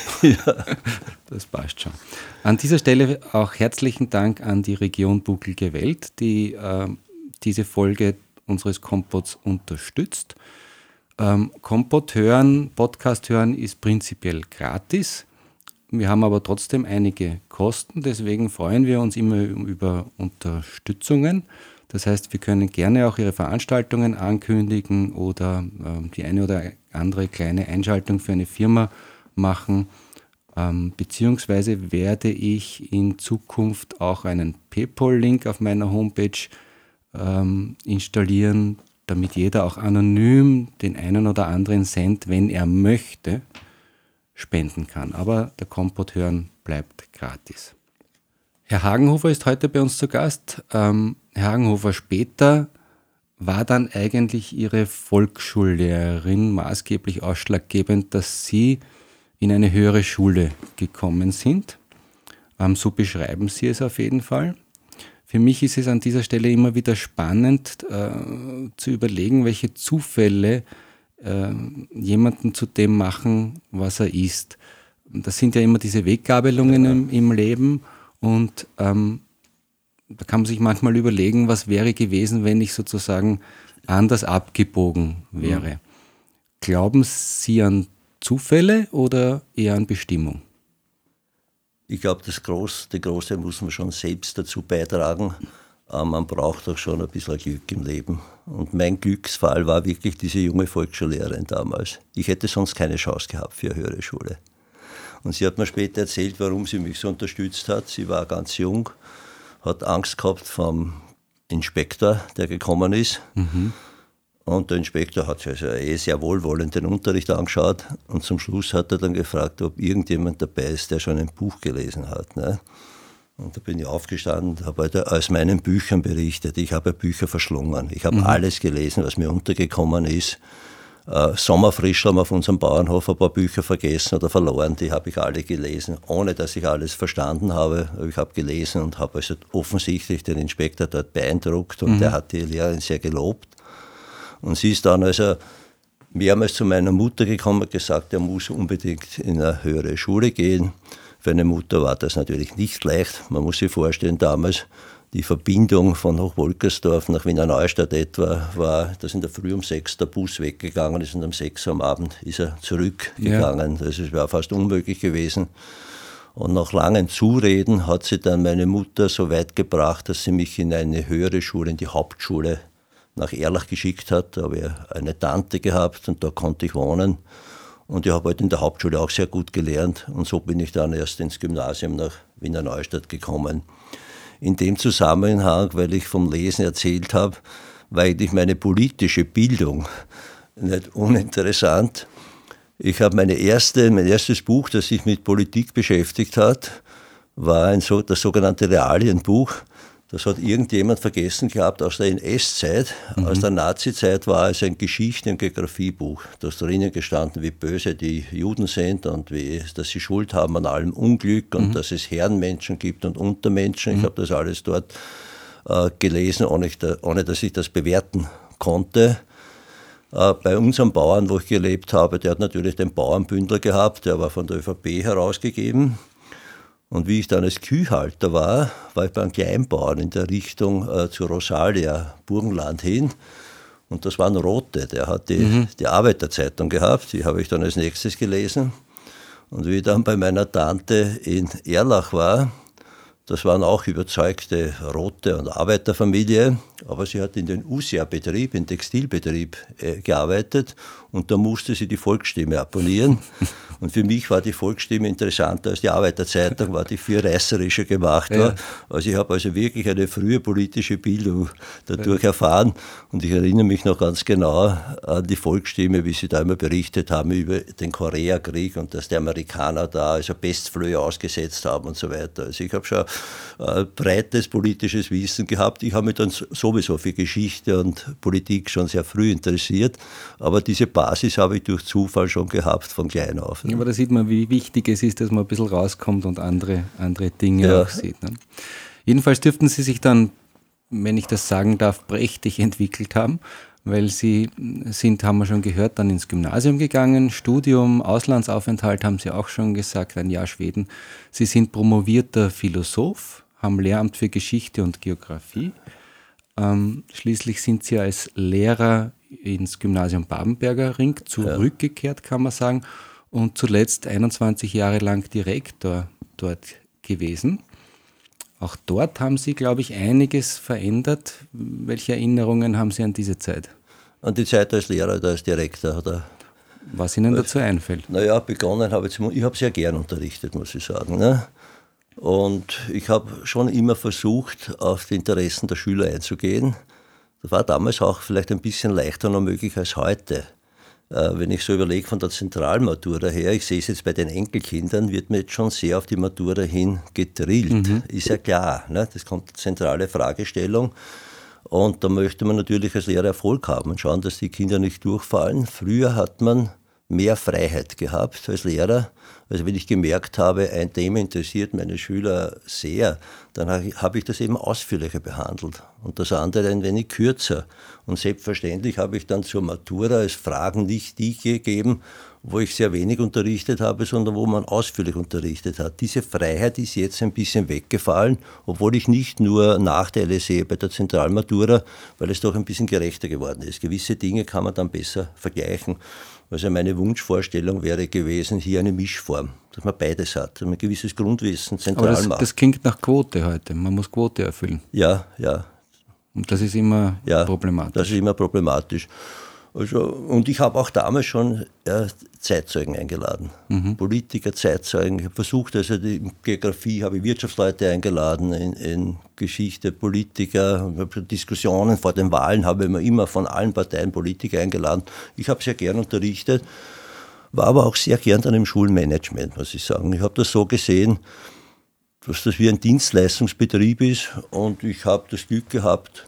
passt schon. An dieser Stelle auch herzlichen Dank an die Region Buckelige Welt, die diese Folge unseres Kompotts unterstützt. Kompott hören, Podcast hören ist prinzipiell gratis. Wir haben aber trotzdem einige Kosten, deswegen freuen wir uns immer über Unterstützungen. Das heißt, wir können gerne auch Ihre Veranstaltungen ankündigen oder die eine oder andere kleine Einschaltung für eine Firma machen. Beziehungsweise werde ich in Zukunft auch einen PayPal-Link auf meiner Homepage installieren, damit jeder auch anonym den einen oder anderen Cent, wenn er möchte, spenden kann. Aber der Kompott hören bleibt gratis. Herr Hagenhofer ist heute bei uns zu Gast. Herr Hagenhofer, später war dann eigentlich Ihre Volksschullehrerin maßgeblich ausschlaggebend, dass Sie in eine höhere Schule gekommen sind. So beschreiben Sie es auf jeden Fall. Für mich ist es an dieser Stelle immer wieder spannend zu überlegen, welche Zufälle jemanden zu dem machen, was er ist. Das sind ja immer diese Weggabelungen im Leben und da kann man sich manchmal überlegen, was wäre gewesen, wenn ich sozusagen anders abgebogen wäre. Glauben Sie an Zufälle oder eher an Bestimmung? Ich glaube, die Große muss man schon selbst dazu beitragen. Man braucht auch schon ein bisschen Glück im Leben. Und mein Glücksfall war wirklich diese junge Volksschullehrerin damals. Ich hätte sonst keine Chance gehabt für eine höhere Schule. Und sie hat mir später erzählt, warum sie mich so unterstützt hat. Sie war ganz jung, hat Angst gehabt vom Inspektor, der gekommen ist. Und der Inspektor hat sich also sehr wohlwollend den Unterricht angeschaut. Und zum Schluss hat er dann gefragt, ob irgendjemand dabei ist, der schon ein Buch gelesen hat. Ne? Und da bin ich aufgestanden und habe halt aus meinen Büchern berichtet. Ich habe Bücher verschlungen. Ich habe alles gelesen, was mir untergekommen ist. Sommerfrisch haben wir auf unserem Bauernhof ein paar Bücher vergessen oder verloren. Die habe ich alle gelesen, ohne dass ich alles verstanden habe. Ich habe gelesen und habe also offensichtlich den Inspektor dort beeindruckt und der hat die Lehrerin sehr gelobt. Und sie ist dann also mehrmals zu meiner Mutter gekommen und gesagt, er muss unbedingt in eine höhere Schule gehen. Für eine Mutter war das natürlich nicht leicht. Man muss sich vorstellen, damals die Verbindung von Hochwolkersdorf nach Wiener Neustadt etwa war, dass in der Früh um 6 der Bus weggegangen ist und um 6 am Abend ist er zurückgegangen. Ja. Das wäre fast unmöglich gewesen. Und nach langen Zureden hat sie dann meine Mutter so weit gebracht, dass sie mich in eine höhere Schule, in die Hauptschule nach Erlach geschickt hat. Da habe ich eine Tante gehabt und da konnte ich wohnen. Und ich habe halt in der Hauptschule auch sehr gut gelernt. Und so bin ich dann erst ins Gymnasium nach Wiener Neustadt gekommen. In dem Zusammenhang, weil ich vom Lesen erzählt habe, war eigentlich meine politische Bildung nicht uninteressant. Ich habe mein erstes Buch, das sich mit Politik beschäftigt hat, war das sogenannte Realienbuch. Das hat irgendjemand vergessen gehabt aus der NS-Zeit. Aus der Nazi-Zeit war es ein Geschichte- und Geografiebuch. Da ist drinnen gestanden, wie böse die Juden sind und dass sie Schuld haben an allem Unglück und dass es Herrenmenschen gibt und Untermenschen. Ich habe das alles dort gelesen, ohne dass ich das bewerten konnte. Bei unserem Bauern, wo ich gelebt habe, der hat natürlich den Bauernbündler gehabt, der war von der ÖVP herausgegeben. Und wie ich dann als Kühhalter war ich bei einem Kleinbauern in der Richtung zu Rosalia, Burgenland hin. Und das war ein Rote, der hat die Arbeiterzeitung gehabt, die habe ich dann als nächstes gelesen. Und wie ich dann bei meiner Tante in Erlach war, das waren auch überzeugte Rote- und Arbeiterfamilie, aber sie hat in den USIA-Betrieb, im Textilbetrieb gearbeitet und da musste sie die Volksstimme abonnieren. Und für mich war die Volksstimme interessanter als die Arbeiterzeitung, weil die viel reißerischer gemacht war. Ja. Also ich habe also wirklich eine frühe politische Bildung dadurch erfahren und ich erinnere mich noch ganz genau an die Volksstimme, wie sie da immer berichtet haben über den Koreakrieg und dass die Amerikaner da also Pestflöhe ausgesetzt haben und so weiter. Also ich habe schon breites politisches Wissen gehabt. Ich habe mich dann sowieso für Geschichte und Politik schon sehr früh interessiert, aber diese Basis habe ich durch Zufall schon gehabt von klein auf. Aber da sieht man, wie wichtig es ist, dass man ein bisschen rauskommt und andere Dinge auch sieht. Ne? Jedenfalls dürften Sie sich dann, wenn ich das sagen darf, prächtig entwickelt haben, weil Sie sind, haben wir schon gehört, dann ins Gymnasium gegangen, Studium, Auslandsaufenthalt haben Sie auch schon gesagt, ein Jahr Schweden. Sie sind promovierter Philosoph, haben Lehramt für Geschichte und Geografie. Schließlich sind Sie als Lehrer ins Gymnasium Babenberger Ring zurückgekehrt, kann man sagen, und zuletzt 21 Jahre lang Direktor dort gewesen. Auch dort haben Sie, glaube ich, einiges verändert. Welche Erinnerungen haben Sie an diese Zeit? An die Zeit als Lehrer oder als Direktor? Oder? Was Ihnen dazu einfällt? Naja, begonnen habe ich habe sehr gern unterrichtet, muss ich sagen. Ne? Und ich habe schon immer versucht, auf die Interessen der Schüler einzugehen. Das war damals auch vielleicht ein bisschen leichter noch möglich als heute. Wenn ich so überlege von der Zentralmatura her, ich sehe es jetzt bei den Enkelkindern, wird mir jetzt schon sehr auf die Matura hin gedrillt. Ist ja klar, ne? Das kommt die zentrale Fragestellung. Und da möchte man natürlich als Lehrer Erfolg haben und schauen, dass die Kinder nicht durchfallen. Früher hat man mehr Freiheit gehabt als Lehrer. Also wenn ich gemerkt habe, ein Thema interessiert meine Schüler sehr, dann habe ich das eben ausführlicher behandelt und das andere ein wenig kürzer. Und selbstverständlich habe ich dann zur Matura als Fragen nicht die gegeben, wo ich sehr wenig unterrichtet habe, sondern wo man ausführlich unterrichtet hat. Diese Freiheit ist jetzt ein bisschen weggefallen, obwohl ich nicht nur Nachteile sehe bei der Zentralmatura, weil es doch ein bisschen gerechter geworden ist. Gewisse Dinge kann man dann besser vergleichen. Also meine Wunschvorstellung wäre gewesen, hier eine Mischform, dass man beides hat, dass man ein gewisses Grundwissen zentral macht. Das klingt nach Quote heute, man muss Quote erfüllen. Ja. Und das ist immer problematisch. Das ist immer problematisch. Also, und ich habe auch damals schon Zeitzeugen eingeladen, Politiker, Zeitzeugen. Ich habe versucht, also in Geografie habe ich Wirtschaftsleute eingeladen, in Geschichte Politiker, Diskussionen vor den Wahlen habe ich immer von allen Parteien Politiker eingeladen. Ich habe sehr gern unterrichtet, war aber auch sehr gern dann im Schulmanagement, muss ich sagen. Ich habe das so gesehen, dass das wie ein Dienstleistungsbetrieb ist und ich habe das Glück gehabt,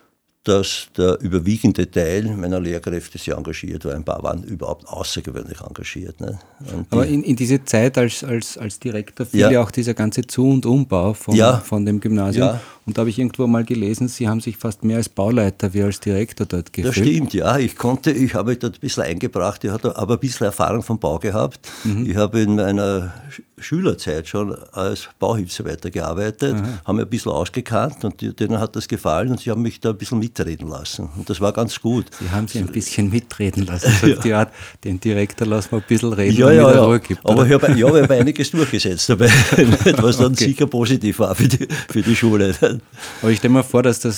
dass der überwiegende Teil meiner Lehrkräfte sehr engagiert war. Ein paar waren überhaupt außergewöhnlich engagiert. Ne? Aber in diese Zeit als Direktor fiel ja auch dieser ganze Zu- und Umbau von dem Gymnasium. Ja. Und da habe ich irgendwo mal gelesen, Sie haben sich fast mehr als Bauleiter wie als Direktor dort gefühlt. Das stimmt, ja. Ich habe dort ein bisschen eingebracht, ich hatte aber ein bisschen Erfahrung vom Bau gehabt. Ich habe in meiner Schülerzeit schon als Bauhilfsarbeiter gearbeitet, haben mir ein bisschen ausgekannt und denen hat das gefallen und sie haben mich da ein bisschen mitreden lassen. Und das war ganz gut. Sie haben Sie ein bisschen mitreden lassen. Die Art, den Direktor lassen wir ein bisschen reden, damit er Ruhe gibt. Aber ich habe einiges durchgesetzt dabei, was dann sicher positiv war für die Schule. Aber ich stelle mir vor, dass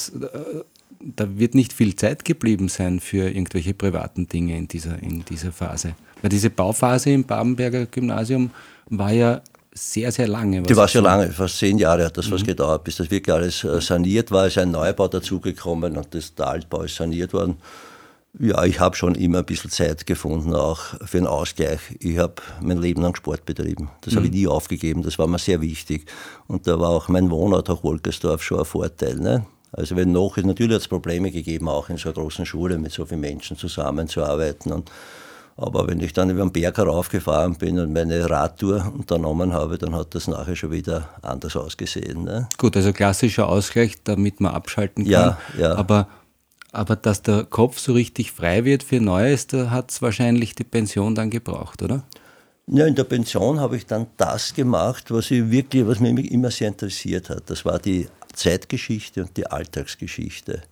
da wird nicht viel Zeit geblieben sein für irgendwelche privaten Dinge in dieser Phase. Weil diese Bauphase im Babenberger Gymnasium war ja sehr, sehr lange. Die war sehr lange, fast 10 Jahre hat das was gedauert, bis das wirklich alles saniert war. Es ist ein Neubau dazugekommen und der Altbau ist saniert worden. Ja, ich habe schon immer ein bisschen Zeit gefunden, auch für einen Ausgleich. Ich habe mein Leben lang Sport betrieben. Das habe ich nie aufgegeben, das war mir sehr wichtig. Und da war auch mein Wohnort, auch Wolkersdorf, schon ein Vorteil. Ne? Also natürlich hat es Probleme gegeben, auch in so einer großen Schule mit so vielen Menschen zusammenzuarbeiten. Aber wenn ich dann über den Berg heraufgefahren bin und meine Radtour unternommen habe, dann hat das nachher schon wieder anders ausgesehen. Ne? Gut, also klassischer Ausgleich, damit man abschalten kann. Ja. Aber dass der Kopf so richtig frei wird für Neues, da hat es wahrscheinlich die Pension dann gebraucht, oder? Ja, in der Pension habe ich dann das gemacht, was mich immer sehr interessiert hat. Das war die Zeitgeschichte und die Alltagsgeschichte.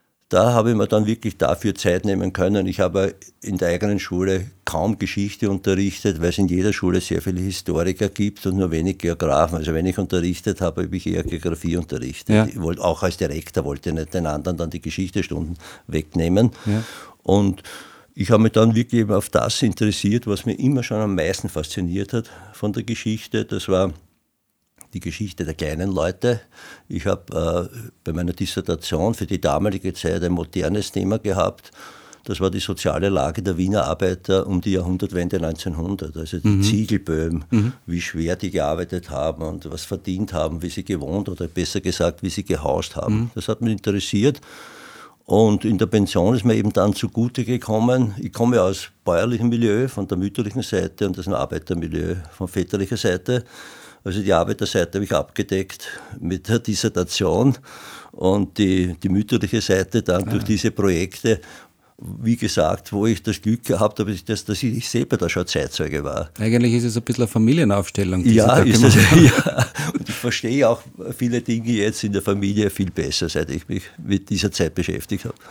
Da habe ich mir dann wirklich dafür Zeit nehmen können. Ich habe in der eigenen Schule kaum Geschichte unterrichtet, weil es in jeder Schule sehr viele Historiker gibt und nur wenig Geografen. Also wenn ich unterrichtet habe, habe ich eher Geografie unterrichtet. Ja. Ich wollte auch als Direktor, wollte nicht den anderen dann die Geschichtestunden wegnehmen. Ja. Und ich habe mich dann wirklich auf das interessiert, was mir immer schon am meisten fasziniert hat von der Geschichte. Das war die Geschichte der kleinen Leute. Ich habe bei meiner Dissertation für die damalige Zeit ein modernes Thema gehabt. Das war die soziale Lage der Wiener Arbeiter um die Jahrhundertwende 1900. Also die Ziegelböhmen, wie schwer die gearbeitet haben und was verdient haben, wie sie gewohnt oder besser gesagt, wie sie gehaust haben. Das hat mich interessiert. Und in der Pension ist mir eben dann zugute gekommen, ich komme aus bäuerlichem Milieu, von der mütterlichen Seite und das ist ein Arbeitermilieu von väterlicher Seite. Also die Arbeiterseite habe ich abgedeckt mit der Dissertation und die mütterliche Seite dann durch diese Projekte, wie gesagt, wo ich das Glück gehabt habe, dass ich selber da schon Zeitzeuge war. Eigentlich ist es ein bisschen eine Familienaufstellung. Ja, ist das, ja. Und ich verstehe auch viele Dinge jetzt in der Familie viel besser, seit ich mich mit dieser Zeit beschäftigt habe.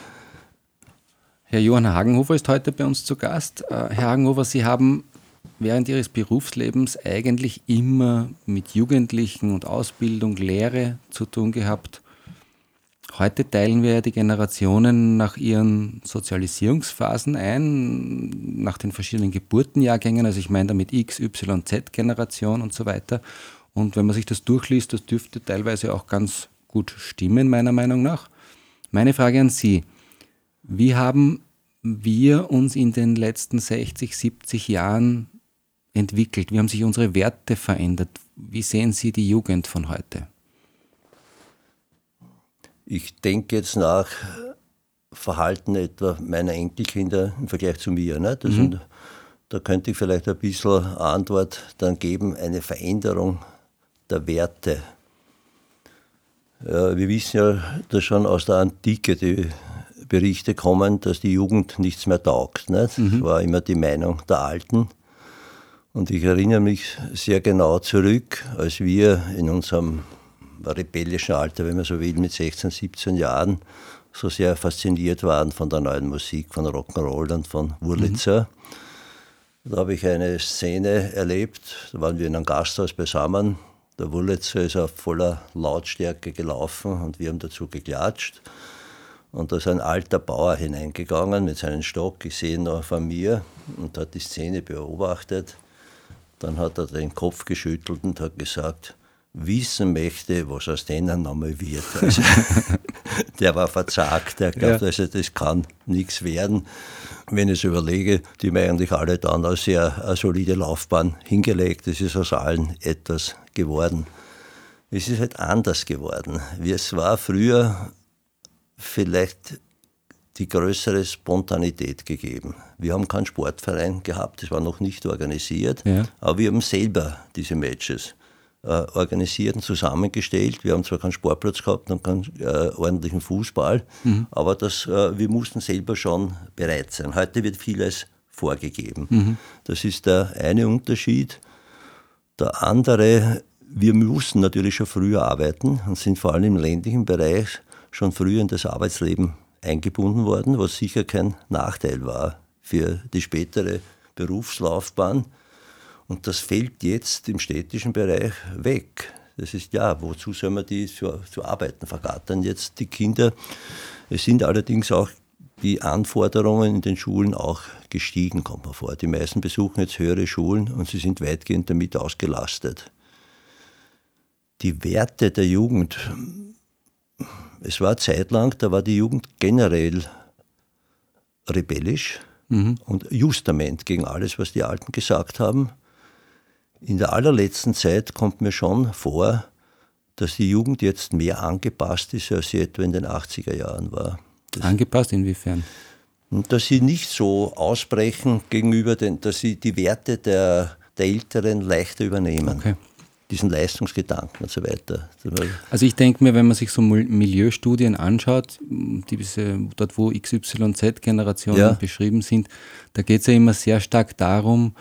Herr Johann Hagenhofer ist heute bei uns zu Gast. Herr Hagenhofer, Sie haben während Ihres Berufslebens eigentlich immer mit Jugendlichen und Ausbildung, Lehre zu tun gehabt. Heute teilen wir ja die Generationen nach ihren Sozialisierungsphasen ein, nach den verschiedenen Geburtenjahrgängen, also ich meine damit X, Y, Z-Generation und so weiter. Und wenn man sich das durchliest, das dürfte teilweise auch ganz gut stimmen, meiner Meinung nach. Meine Frage an Sie, wie haben wir uns in den letzten 60, 70 Jahren entwickelt? Wie haben sich unsere Werte verändert? Wie sehen Sie die Jugend von heute? Ich denke jetzt nach Verhalten etwa meiner Enkelkinder im Vergleich zu mir. Nicht? Also, da könnte ich vielleicht ein bisschen Antwort dann geben, eine Veränderung der Werte. Ja, wir wissen ja, dass schon aus der Antike die Berichte kommen, dass die Jugend nichts mehr taugt. Nicht? Das war immer die Meinung der Alten. Und ich erinnere mich sehr genau zurück, als wir in unserem rebellischen Alter, wenn man so will, mit 16, 17 Jahren, so sehr fasziniert waren von der neuen Musik, von Rock'n'Roll und von Wurlitzer. Da habe ich eine Szene erlebt, da waren wir in einem Gasthaus beisammen. Der Wurlitzer ist auf voller Lautstärke gelaufen und wir haben dazu geklatscht. Und da ist ein alter Bauer hineingegangen mit seinem Stock, ich sehe ihn noch von mir, und hat die Szene beobachtet. Dann hat er den Kopf geschüttelt und hat gesagt, wissen möchte, was aus denen nochmal wird. Also, der war verzagt, der glaubt, also das kann nichts werden. Wenn ich es überlege, die haben eigentlich alle dann eine sehr solide Laufbahn hingelegt. Es ist aus allen etwas geworden. Es ist halt anders geworden. Es war früher vielleicht die größere Spontanität gegeben. Wir haben keinen Sportverein gehabt, das war noch nicht organisiert, aber wir haben selber diese Matches organisiert und zusammengestellt. Wir haben zwar keinen Sportplatz gehabt und keinen ordentlichen Fußball, aber wir mussten selber schon bereit sein. Heute wird vieles vorgegeben. Das ist der eine Unterschied. Der andere, wir mussten natürlich schon früher arbeiten und sind vor allem im ländlichen Bereich schon früher in das Arbeitsleben eingebunden worden, was sicher kein Nachteil war für die spätere Berufslaufbahn. Und das fällt jetzt im städtischen Bereich weg. Das ist wozu soll man die zu arbeiten vergattern jetzt die Kinder? Es sind allerdings auch die Anforderungen in den Schulen auch gestiegen, kommt man vor. Die meisten besuchen jetzt höhere Schulen und sie sind weitgehend damit ausgelastet. Die Werte der Jugend, es war zeitlang, da war die Jugend generell rebellisch und justament gegen alles, was die Alten gesagt haben. In der allerletzten Zeit kommt mir schon vor, dass die Jugend jetzt mehr angepasst ist, als sie etwa in den 80er Jahren war. Angepasst inwiefern? Dass sie nicht so ausbrechen gegenüber dass sie die Werte der Älteren leichter übernehmen. Okay. Diesen Leistungsgedanken und so weiter. Also ich denke mir, wenn man sich so Milieustudien anschaut, dort wo XYZ-Generationen beschrieben sind, da geht es ja immer sehr stark darum,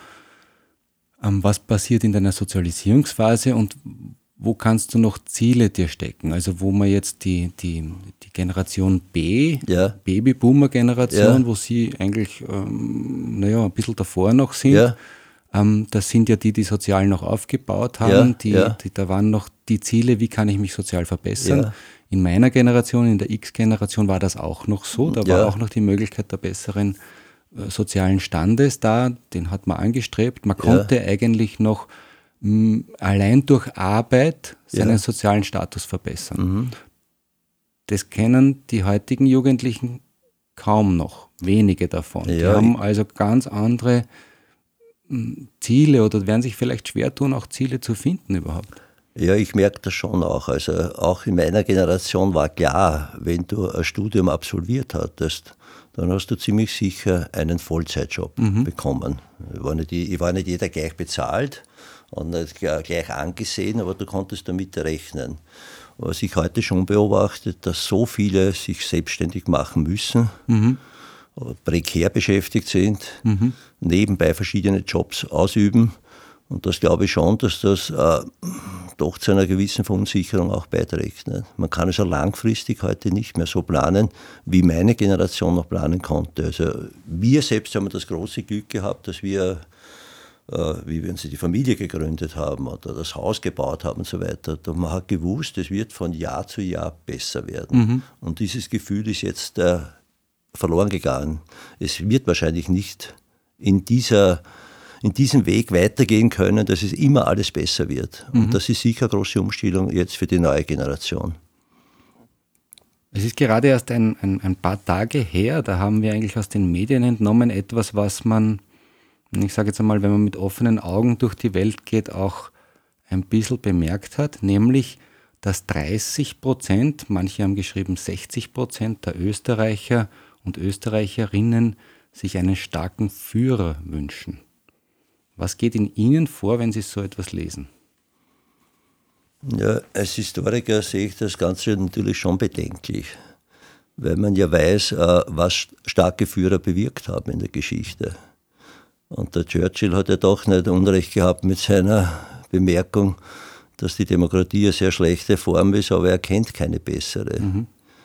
was passiert in deiner Sozialisierungsphase und wo kannst du noch Ziele dir stecken? Also wo man jetzt die Generation B, Babyboomer-Generation, wo sie eigentlich ein bisschen davor noch sind, das sind ja die sozial noch aufgebaut haben, da waren noch die Ziele, wie kann ich mich sozial verbessern. Ja. In meiner Generation, in der X-Generation war das auch noch so, da war auch noch die Möglichkeit der besseren sozialen Standes da, den hat man angestrebt. Man konnte eigentlich noch allein durch Arbeit seinen sozialen Status verbessern. Das kennen die heutigen Jugendlichen kaum noch, wenige davon. Die haben also ganz andere Ziele oder werden sich vielleicht schwer tun, auch Ziele zu finden überhaupt. Ja, ich merke das schon auch. Also auch in meiner Generation war klar, wenn du ein Studium absolviert hattest, dann hast du ziemlich sicher einen Vollzeitjob bekommen. Ich war nicht jeder gleich bezahlt und nicht gleich angesehen, aber du konntest damit rechnen. Was ich heute schon beobachte, dass so viele sich selbstständig machen müssen, prekär beschäftigt sind, nebenbei verschiedene Jobs ausüben. Und das glaube ich schon, dass das doch zu einer gewissen Verunsicherung auch beiträgt. Ne? Man kann also langfristig heute nicht mehr so planen, wie meine Generation noch planen konnte. Also wir selbst haben das große Glück gehabt, dass wir, wie wir uns die Familie gegründet haben oder das Haus gebaut haben und so weiter, man hat gewusst, es wird von Jahr zu Jahr besser werden. Und dieses Gefühl ist jetzt verloren gegangen. Es wird wahrscheinlich nicht in diesem Weg weitergehen können, dass es immer alles besser wird. Und das ist sicher eine große Umstellung jetzt für die neue Generation. Es ist gerade erst ein paar Tage her, da haben wir eigentlich aus den Medien entnommen etwas, was man, ich sage jetzt einmal, wenn man mit offenen Augen durch die Welt geht, auch ein bisschen bemerkt hat, nämlich, dass 30%, manche haben geschrieben 60% der Österreicher und Österreicherinnen sich einen starken Führer wünschen. Was geht in Ihnen vor, wenn Sie so etwas lesen? Ja, als Historiker sehe ich das Ganze natürlich schon bedenklich, weil man ja weiß, was starke Führer bewirkt haben in der Geschichte. Und der Churchill hat ja doch nicht Unrecht gehabt mit seiner Bemerkung, dass die Demokratie eine sehr schlechte Form ist, aber er kennt keine bessere. Mhm.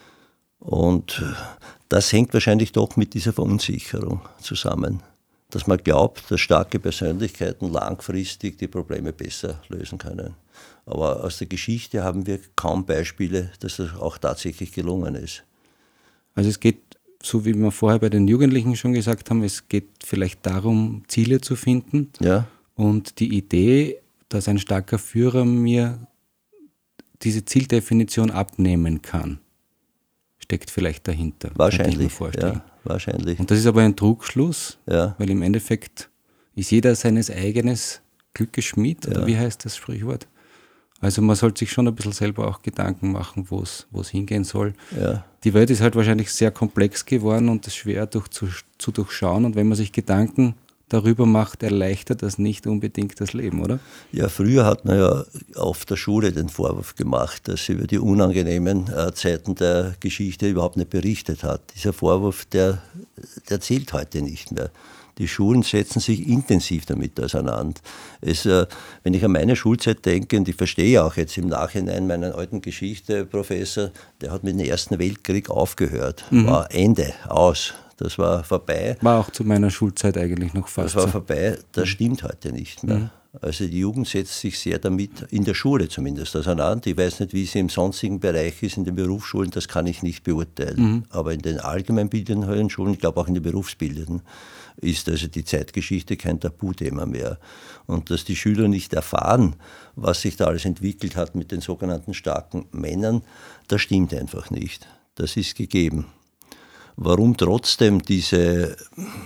Und das hängt wahrscheinlich doch mit dieser Verunsicherung zusammen, dass man glaubt, dass starke Persönlichkeiten langfristig die Probleme besser lösen können. Aber aus der Geschichte haben wir kaum Beispiele, dass das auch tatsächlich gelungen ist. Also es geht, so wie wir vorher bei den Jugendlichen schon gesagt haben, es geht vielleicht darum, Ziele zu finden. Ja. Und die Idee, dass ein starker Führer mir diese Zieldefinition abnehmen kann, steckt vielleicht dahinter. Wahrscheinlich, kann ich mir vorstellen. Ja, wahrscheinlich. Und das ist aber ein Trugschluss, ja. Weil im Endeffekt ist jeder seines eigenen Glückes Schmied, oder wie heißt das Sprichwort? Also man sollte sich schon ein bisschen selber auch Gedanken machen, wo es hingehen soll. Ja. Die Welt ist halt wahrscheinlich sehr komplex geworden und es ist schwer zu durchschauen. Und wenn man sich Gedanken darüber macht, erleichtert das nicht unbedingt das Leben, oder? Ja, früher hat man ja auf der Schule den Vorwurf gemacht, dass sie über die unangenehmen Zeiten der Geschichte überhaupt nicht berichtet hat. Dieser Vorwurf, der zählt heute nicht mehr. Die Schulen setzen sich intensiv damit auseinander. Wenn ich an meine Schulzeit denke, und ich verstehe auch jetzt im Nachhinein meinen alten Geschichteprofessor, der hat mit dem Ersten Weltkrieg aufgehört. War Ende, aus. Das war vorbei. War auch zu meiner Schulzeit eigentlich noch fast. Das war vorbei, das stimmt heute nicht mehr. Also die Jugend setzt sich sehr damit, in der Schule zumindest, auseinander. Ich weiß nicht, wie es im sonstigen Bereich ist, in den Berufsschulen, das kann ich nicht beurteilen. Aber in den allgemeinbildenden Schulen, ich glaube auch in den berufsbildenden, ist also die Zeitgeschichte kein Tabuthema mehr. Und dass die Schüler nicht erfahren, was sich da alles entwickelt hat mit den sogenannten starken Männern, das stimmt einfach nicht. Das ist gegeben. Warum trotzdem diese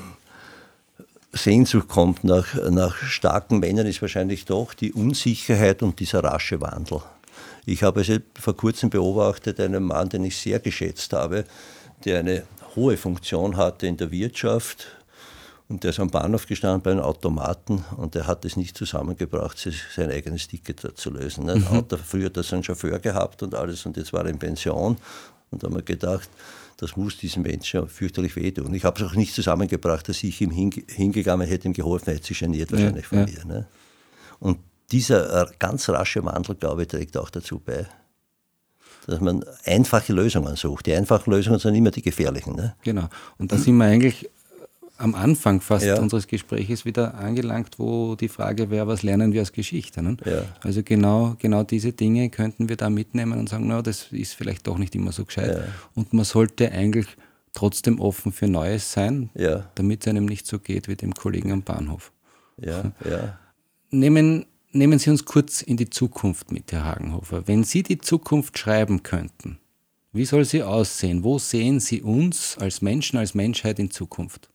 Sehnsucht kommt nach starken Männern, ist wahrscheinlich doch die Unsicherheit und dieser rasche Wandel. Ich habe also vor kurzem beobachtet einen Mann, den ich sehr geschätzt habe, der eine hohe Funktion hatte in der Wirtschaft. Und der ist am Bahnhof gestanden bei einem Automaten und der hat es nicht zusammengebracht, sein eigenes Ticket da zu lösen. Früher hat er so einen Chauffeur gehabt und alles und jetzt war er in Pension. Und da haben wir gedacht, das muss diesem Menschen fürchterlich wehtun. Ich habe es auch nicht zusammengebracht, dass ich ihm hingegangen hätte, ihm geholfen, er hätte sich geniert wahrscheinlich von mir. Ne? Und dieser ganz rasche Wandel, glaube ich, trägt auch dazu bei, dass man einfache Lösungen sucht. Die einfachen Lösungen sind immer die gefährlichen. Ne? Genau. Und da sind wir eigentlich am Anfang fast unseres Gesprächs wieder angelangt, wo die Frage wäre, was lernen wir aus Geschichte? Ne? Ja. Also genau diese Dinge könnten wir da mitnehmen und sagen, na, das ist vielleicht doch nicht immer so gescheit. Ja. Und man sollte eigentlich trotzdem offen für Neues sein, damit es einem nicht so geht wie dem Kollegen am Bahnhof. Ja. Nehmen Sie uns kurz in die Zukunft mit, Herr Hagenhofer. Wenn Sie die Zukunft schreiben könnten, wie soll sie aussehen? Wo sehen Sie uns als Menschen, als Menschheit in Zukunft?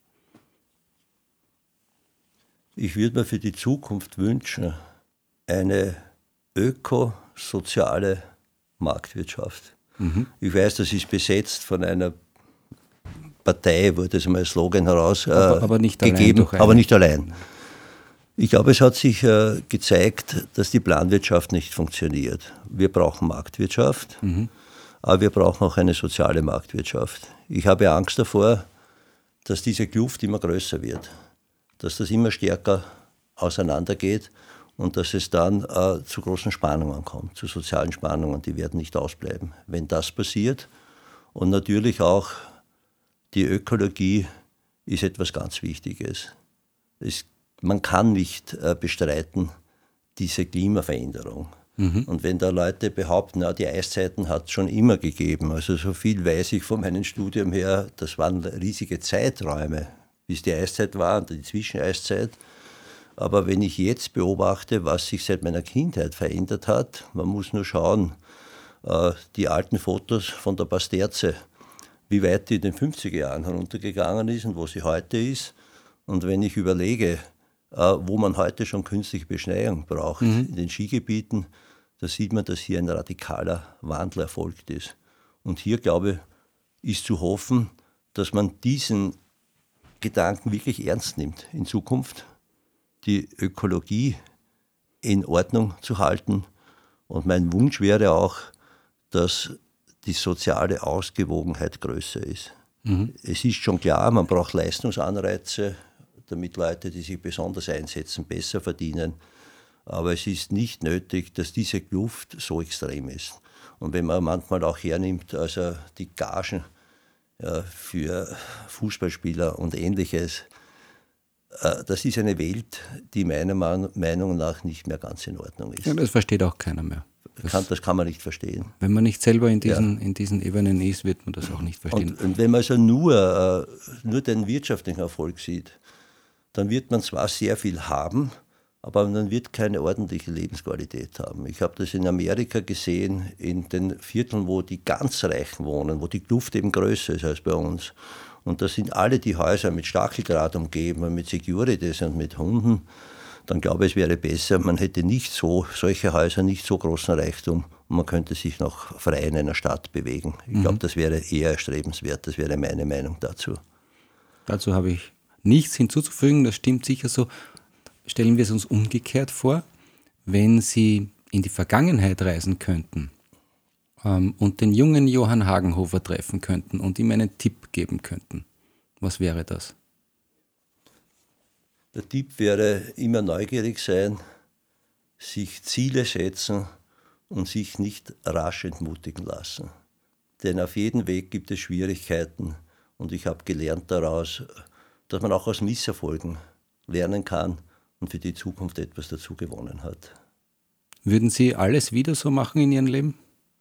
Ich würde mir für die Zukunft wünschen, eine ökosoziale Marktwirtschaft. Ich weiß, das ist besetzt von einer Partei, wurde das mal als Slogan aber nicht gegeben, aber nicht allein. Ich glaube, es hat sich gezeigt, dass die Planwirtschaft nicht funktioniert. Wir brauchen Marktwirtschaft, aber wir brauchen auch eine soziale Marktwirtschaft. Ich habe Angst davor, dass diese Kluft immer größer wird, dass das immer stärker auseinandergeht und dass es dann zu großen Spannungen kommt, zu sozialen Spannungen, die werden nicht ausbleiben. Wenn das passiert und natürlich auch die Ökologie ist etwas ganz Wichtiges. Man kann nicht bestreiten, diese Klimaveränderung. Und wenn da Leute behaupten, die Eiszeiten hat es schon immer gegeben, also so viel weiß ich von meinem Studium her, das waren riesige Zeiträume, bis die Eiszeit war und die Zwischeneiszeit. Aber wenn ich jetzt beobachte, was sich seit meiner Kindheit verändert hat, man muss nur schauen, die alten Fotos von der Basterze, wie weit die in den 50er Jahren heruntergegangen ist und wo sie heute ist. Und wenn ich überlege, wo man heute schon künstliche Beschneiung braucht, in den Skigebieten, da sieht man, dass hier ein radikaler Wandel erfolgt ist. Und hier, glaube ich, ist zu hoffen, dass man diesen Gedanken wirklich ernst nimmt in Zukunft, die Ökologie in Ordnung zu halten. Und mein Wunsch wäre auch, dass die soziale Ausgewogenheit größer ist. Es ist schon klar, man braucht Leistungsanreize, damit Leute, die sich besonders einsetzen, besser verdienen. Aber es ist nicht nötig, dass diese Kluft so extrem ist. Und wenn man manchmal auch hernimmt, also die Gagen für Fußballspieler und Ähnliches, das ist eine Welt, die meiner Meinung nach nicht mehr ganz in Ordnung ist. Ja, das versteht auch keiner mehr. Das kann man nicht verstehen. Wenn man nicht selber in diesen Ebenen ist, wird man das auch nicht verstehen. Und wenn man also nur den wirtschaftlichen Erfolg sieht, dann wird man zwar sehr viel haben, aber man wird keine ordentliche Lebensqualität haben. Ich habe das in Amerika gesehen, in den Vierteln, wo die ganz Reichen wohnen, wo die Kluft eben größer ist als bei uns. Und da sind alle die Häuser mit Stacheldraht umgeben, mit Securities und mit Hunden. Dann glaube ich, es wäre besser, man hätte nicht solche Häuser, nicht so großen Reichtum und man könnte sich noch frei in einer Stadt bewegen. Ich glaube, das wäre eher erstrebenswert, das wäre meine Meinung dazu. Dazu habe ich nichts hinzuzufügen, das stimmt sicher so. Stellen wir es uns umgekehrt vor, wenn Sie in die Vergangenheit reisen könnten und den jungen Johann Hagenhofer treffen könnten und ihm einen Tipp geben könnten. Was wäre das? Der Tipp wäre, immer neugierig sein, sich Ziele setzen und sich nicht rasch entmutigen lassen. Denn auf jedem Weg gibt es Schwierigkeiten und ich habe gelernt daraus, dass man auch aus Misserfolgen lernen kann und für die Zukunft etwas dazu gewonnen hat. Würden Sie alles wieder so machen in Ihrem Leben?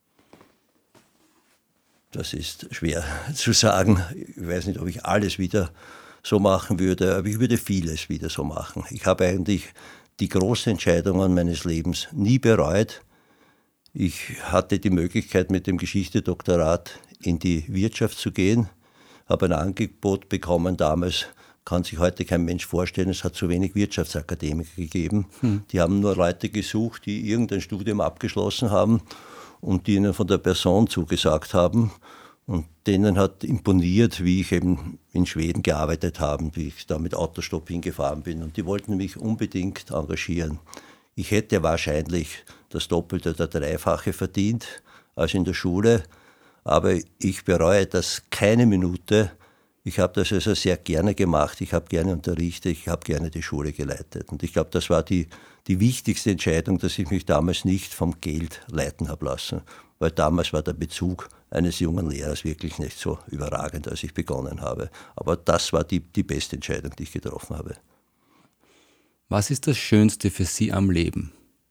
Das ist schwer zu sagen. Ich weiß nicht, ob ich alles wieder so machen würde, aber ich würde vieles wieder so machen. Ich habe eigentlich die großen Entscheidungen meines Lebens nie bereut. Ich hatte die Möglichkeit, mit dem Geschichte-Doktorat in die Wirtschaft zu gehen, habe ein Angebot bekommen damals, kann sich heute kein Mensch vorstellen, es hat zu wenig Wirtschaftsakademiker gegeben. Die haben nur Leute gesucht, die irgendein Studium abgeschlossen haben und die ihnen von der Person zugesagt haben. Und denen hat imponiert, wie ich eben in Schweden gearbeitet habe, wie ich da mit Autostopp hingefahren bin. Und die wollten mich unbedingt engagieren. Ich hätte wahrscheinlich das Doppelte oder Dreifache verdient als in der Schule, aber ich bereue das keine Minute. Ich habe das also sehr gerne gemacht, ich habe gerne unterrichtet, ich habe gerne die Schule geleitet. Und ich glaube, das war die wichtigste Entscheidung, dass ich mich damals nicht vom Geld leiten habe lassen. Weil damals war der Bezug eines jungen Lehrers wirklich nicht so überragend, als ich begonnen habe. Aber das war die beste Entscheidung, die ich getroffen habe. Was ist das Schönste für Sie am Leben?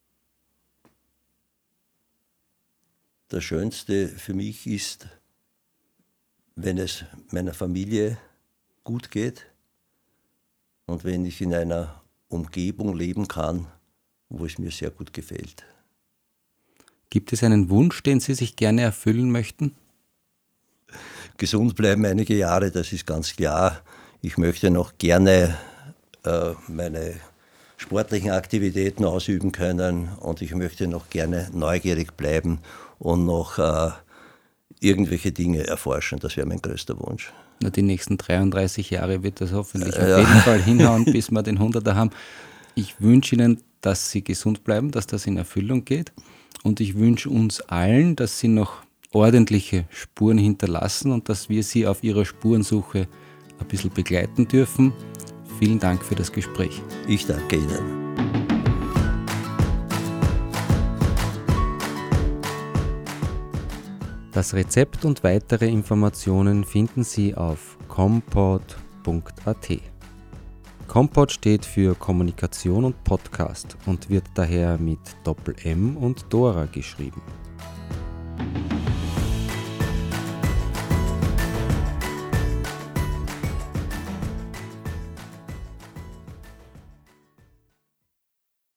Das Schönste für mich ist, wenn es meiner Familie gut geht und wenn ich in einer Umgebung leben kann, wo es mir sehr gut gefällt. Gibt es einen Wunsch, den Sie sich gerne erfüllen möchten? Gesund bleiben einige Jahre, das ist ganz klar. Ich möchte noch gerne meine sportlichen Aktivitäten ausüben können und ich möchte noch gerne neugierig bleiben und noch irgendwelche Dinge erforschen. Das wäre mein größter Wunsch. Na, die nächsten 33 Jahre wird das hoffentlich auf jeden Fall hinhauen, bis wir den 100er haben. Ich wünsche Ihnen, dass Sie gesund bleiben, dass das in Erfüllung geht. Und ich wünsche uns allen, dass Sie noch ordentliche Spuren hinterlassen und dass wir Sie auf Ihrer Spurensuche ein bisschen begleiten dürfen. Vielen Dank für das Gespräch. Ich danke Ihnen. Das Rezept und weitere Informationen finden Sie auf compod.at. Compod steht für Kommunikation und Podcast und wird daher mit Doppel-M und Dora geschrieben.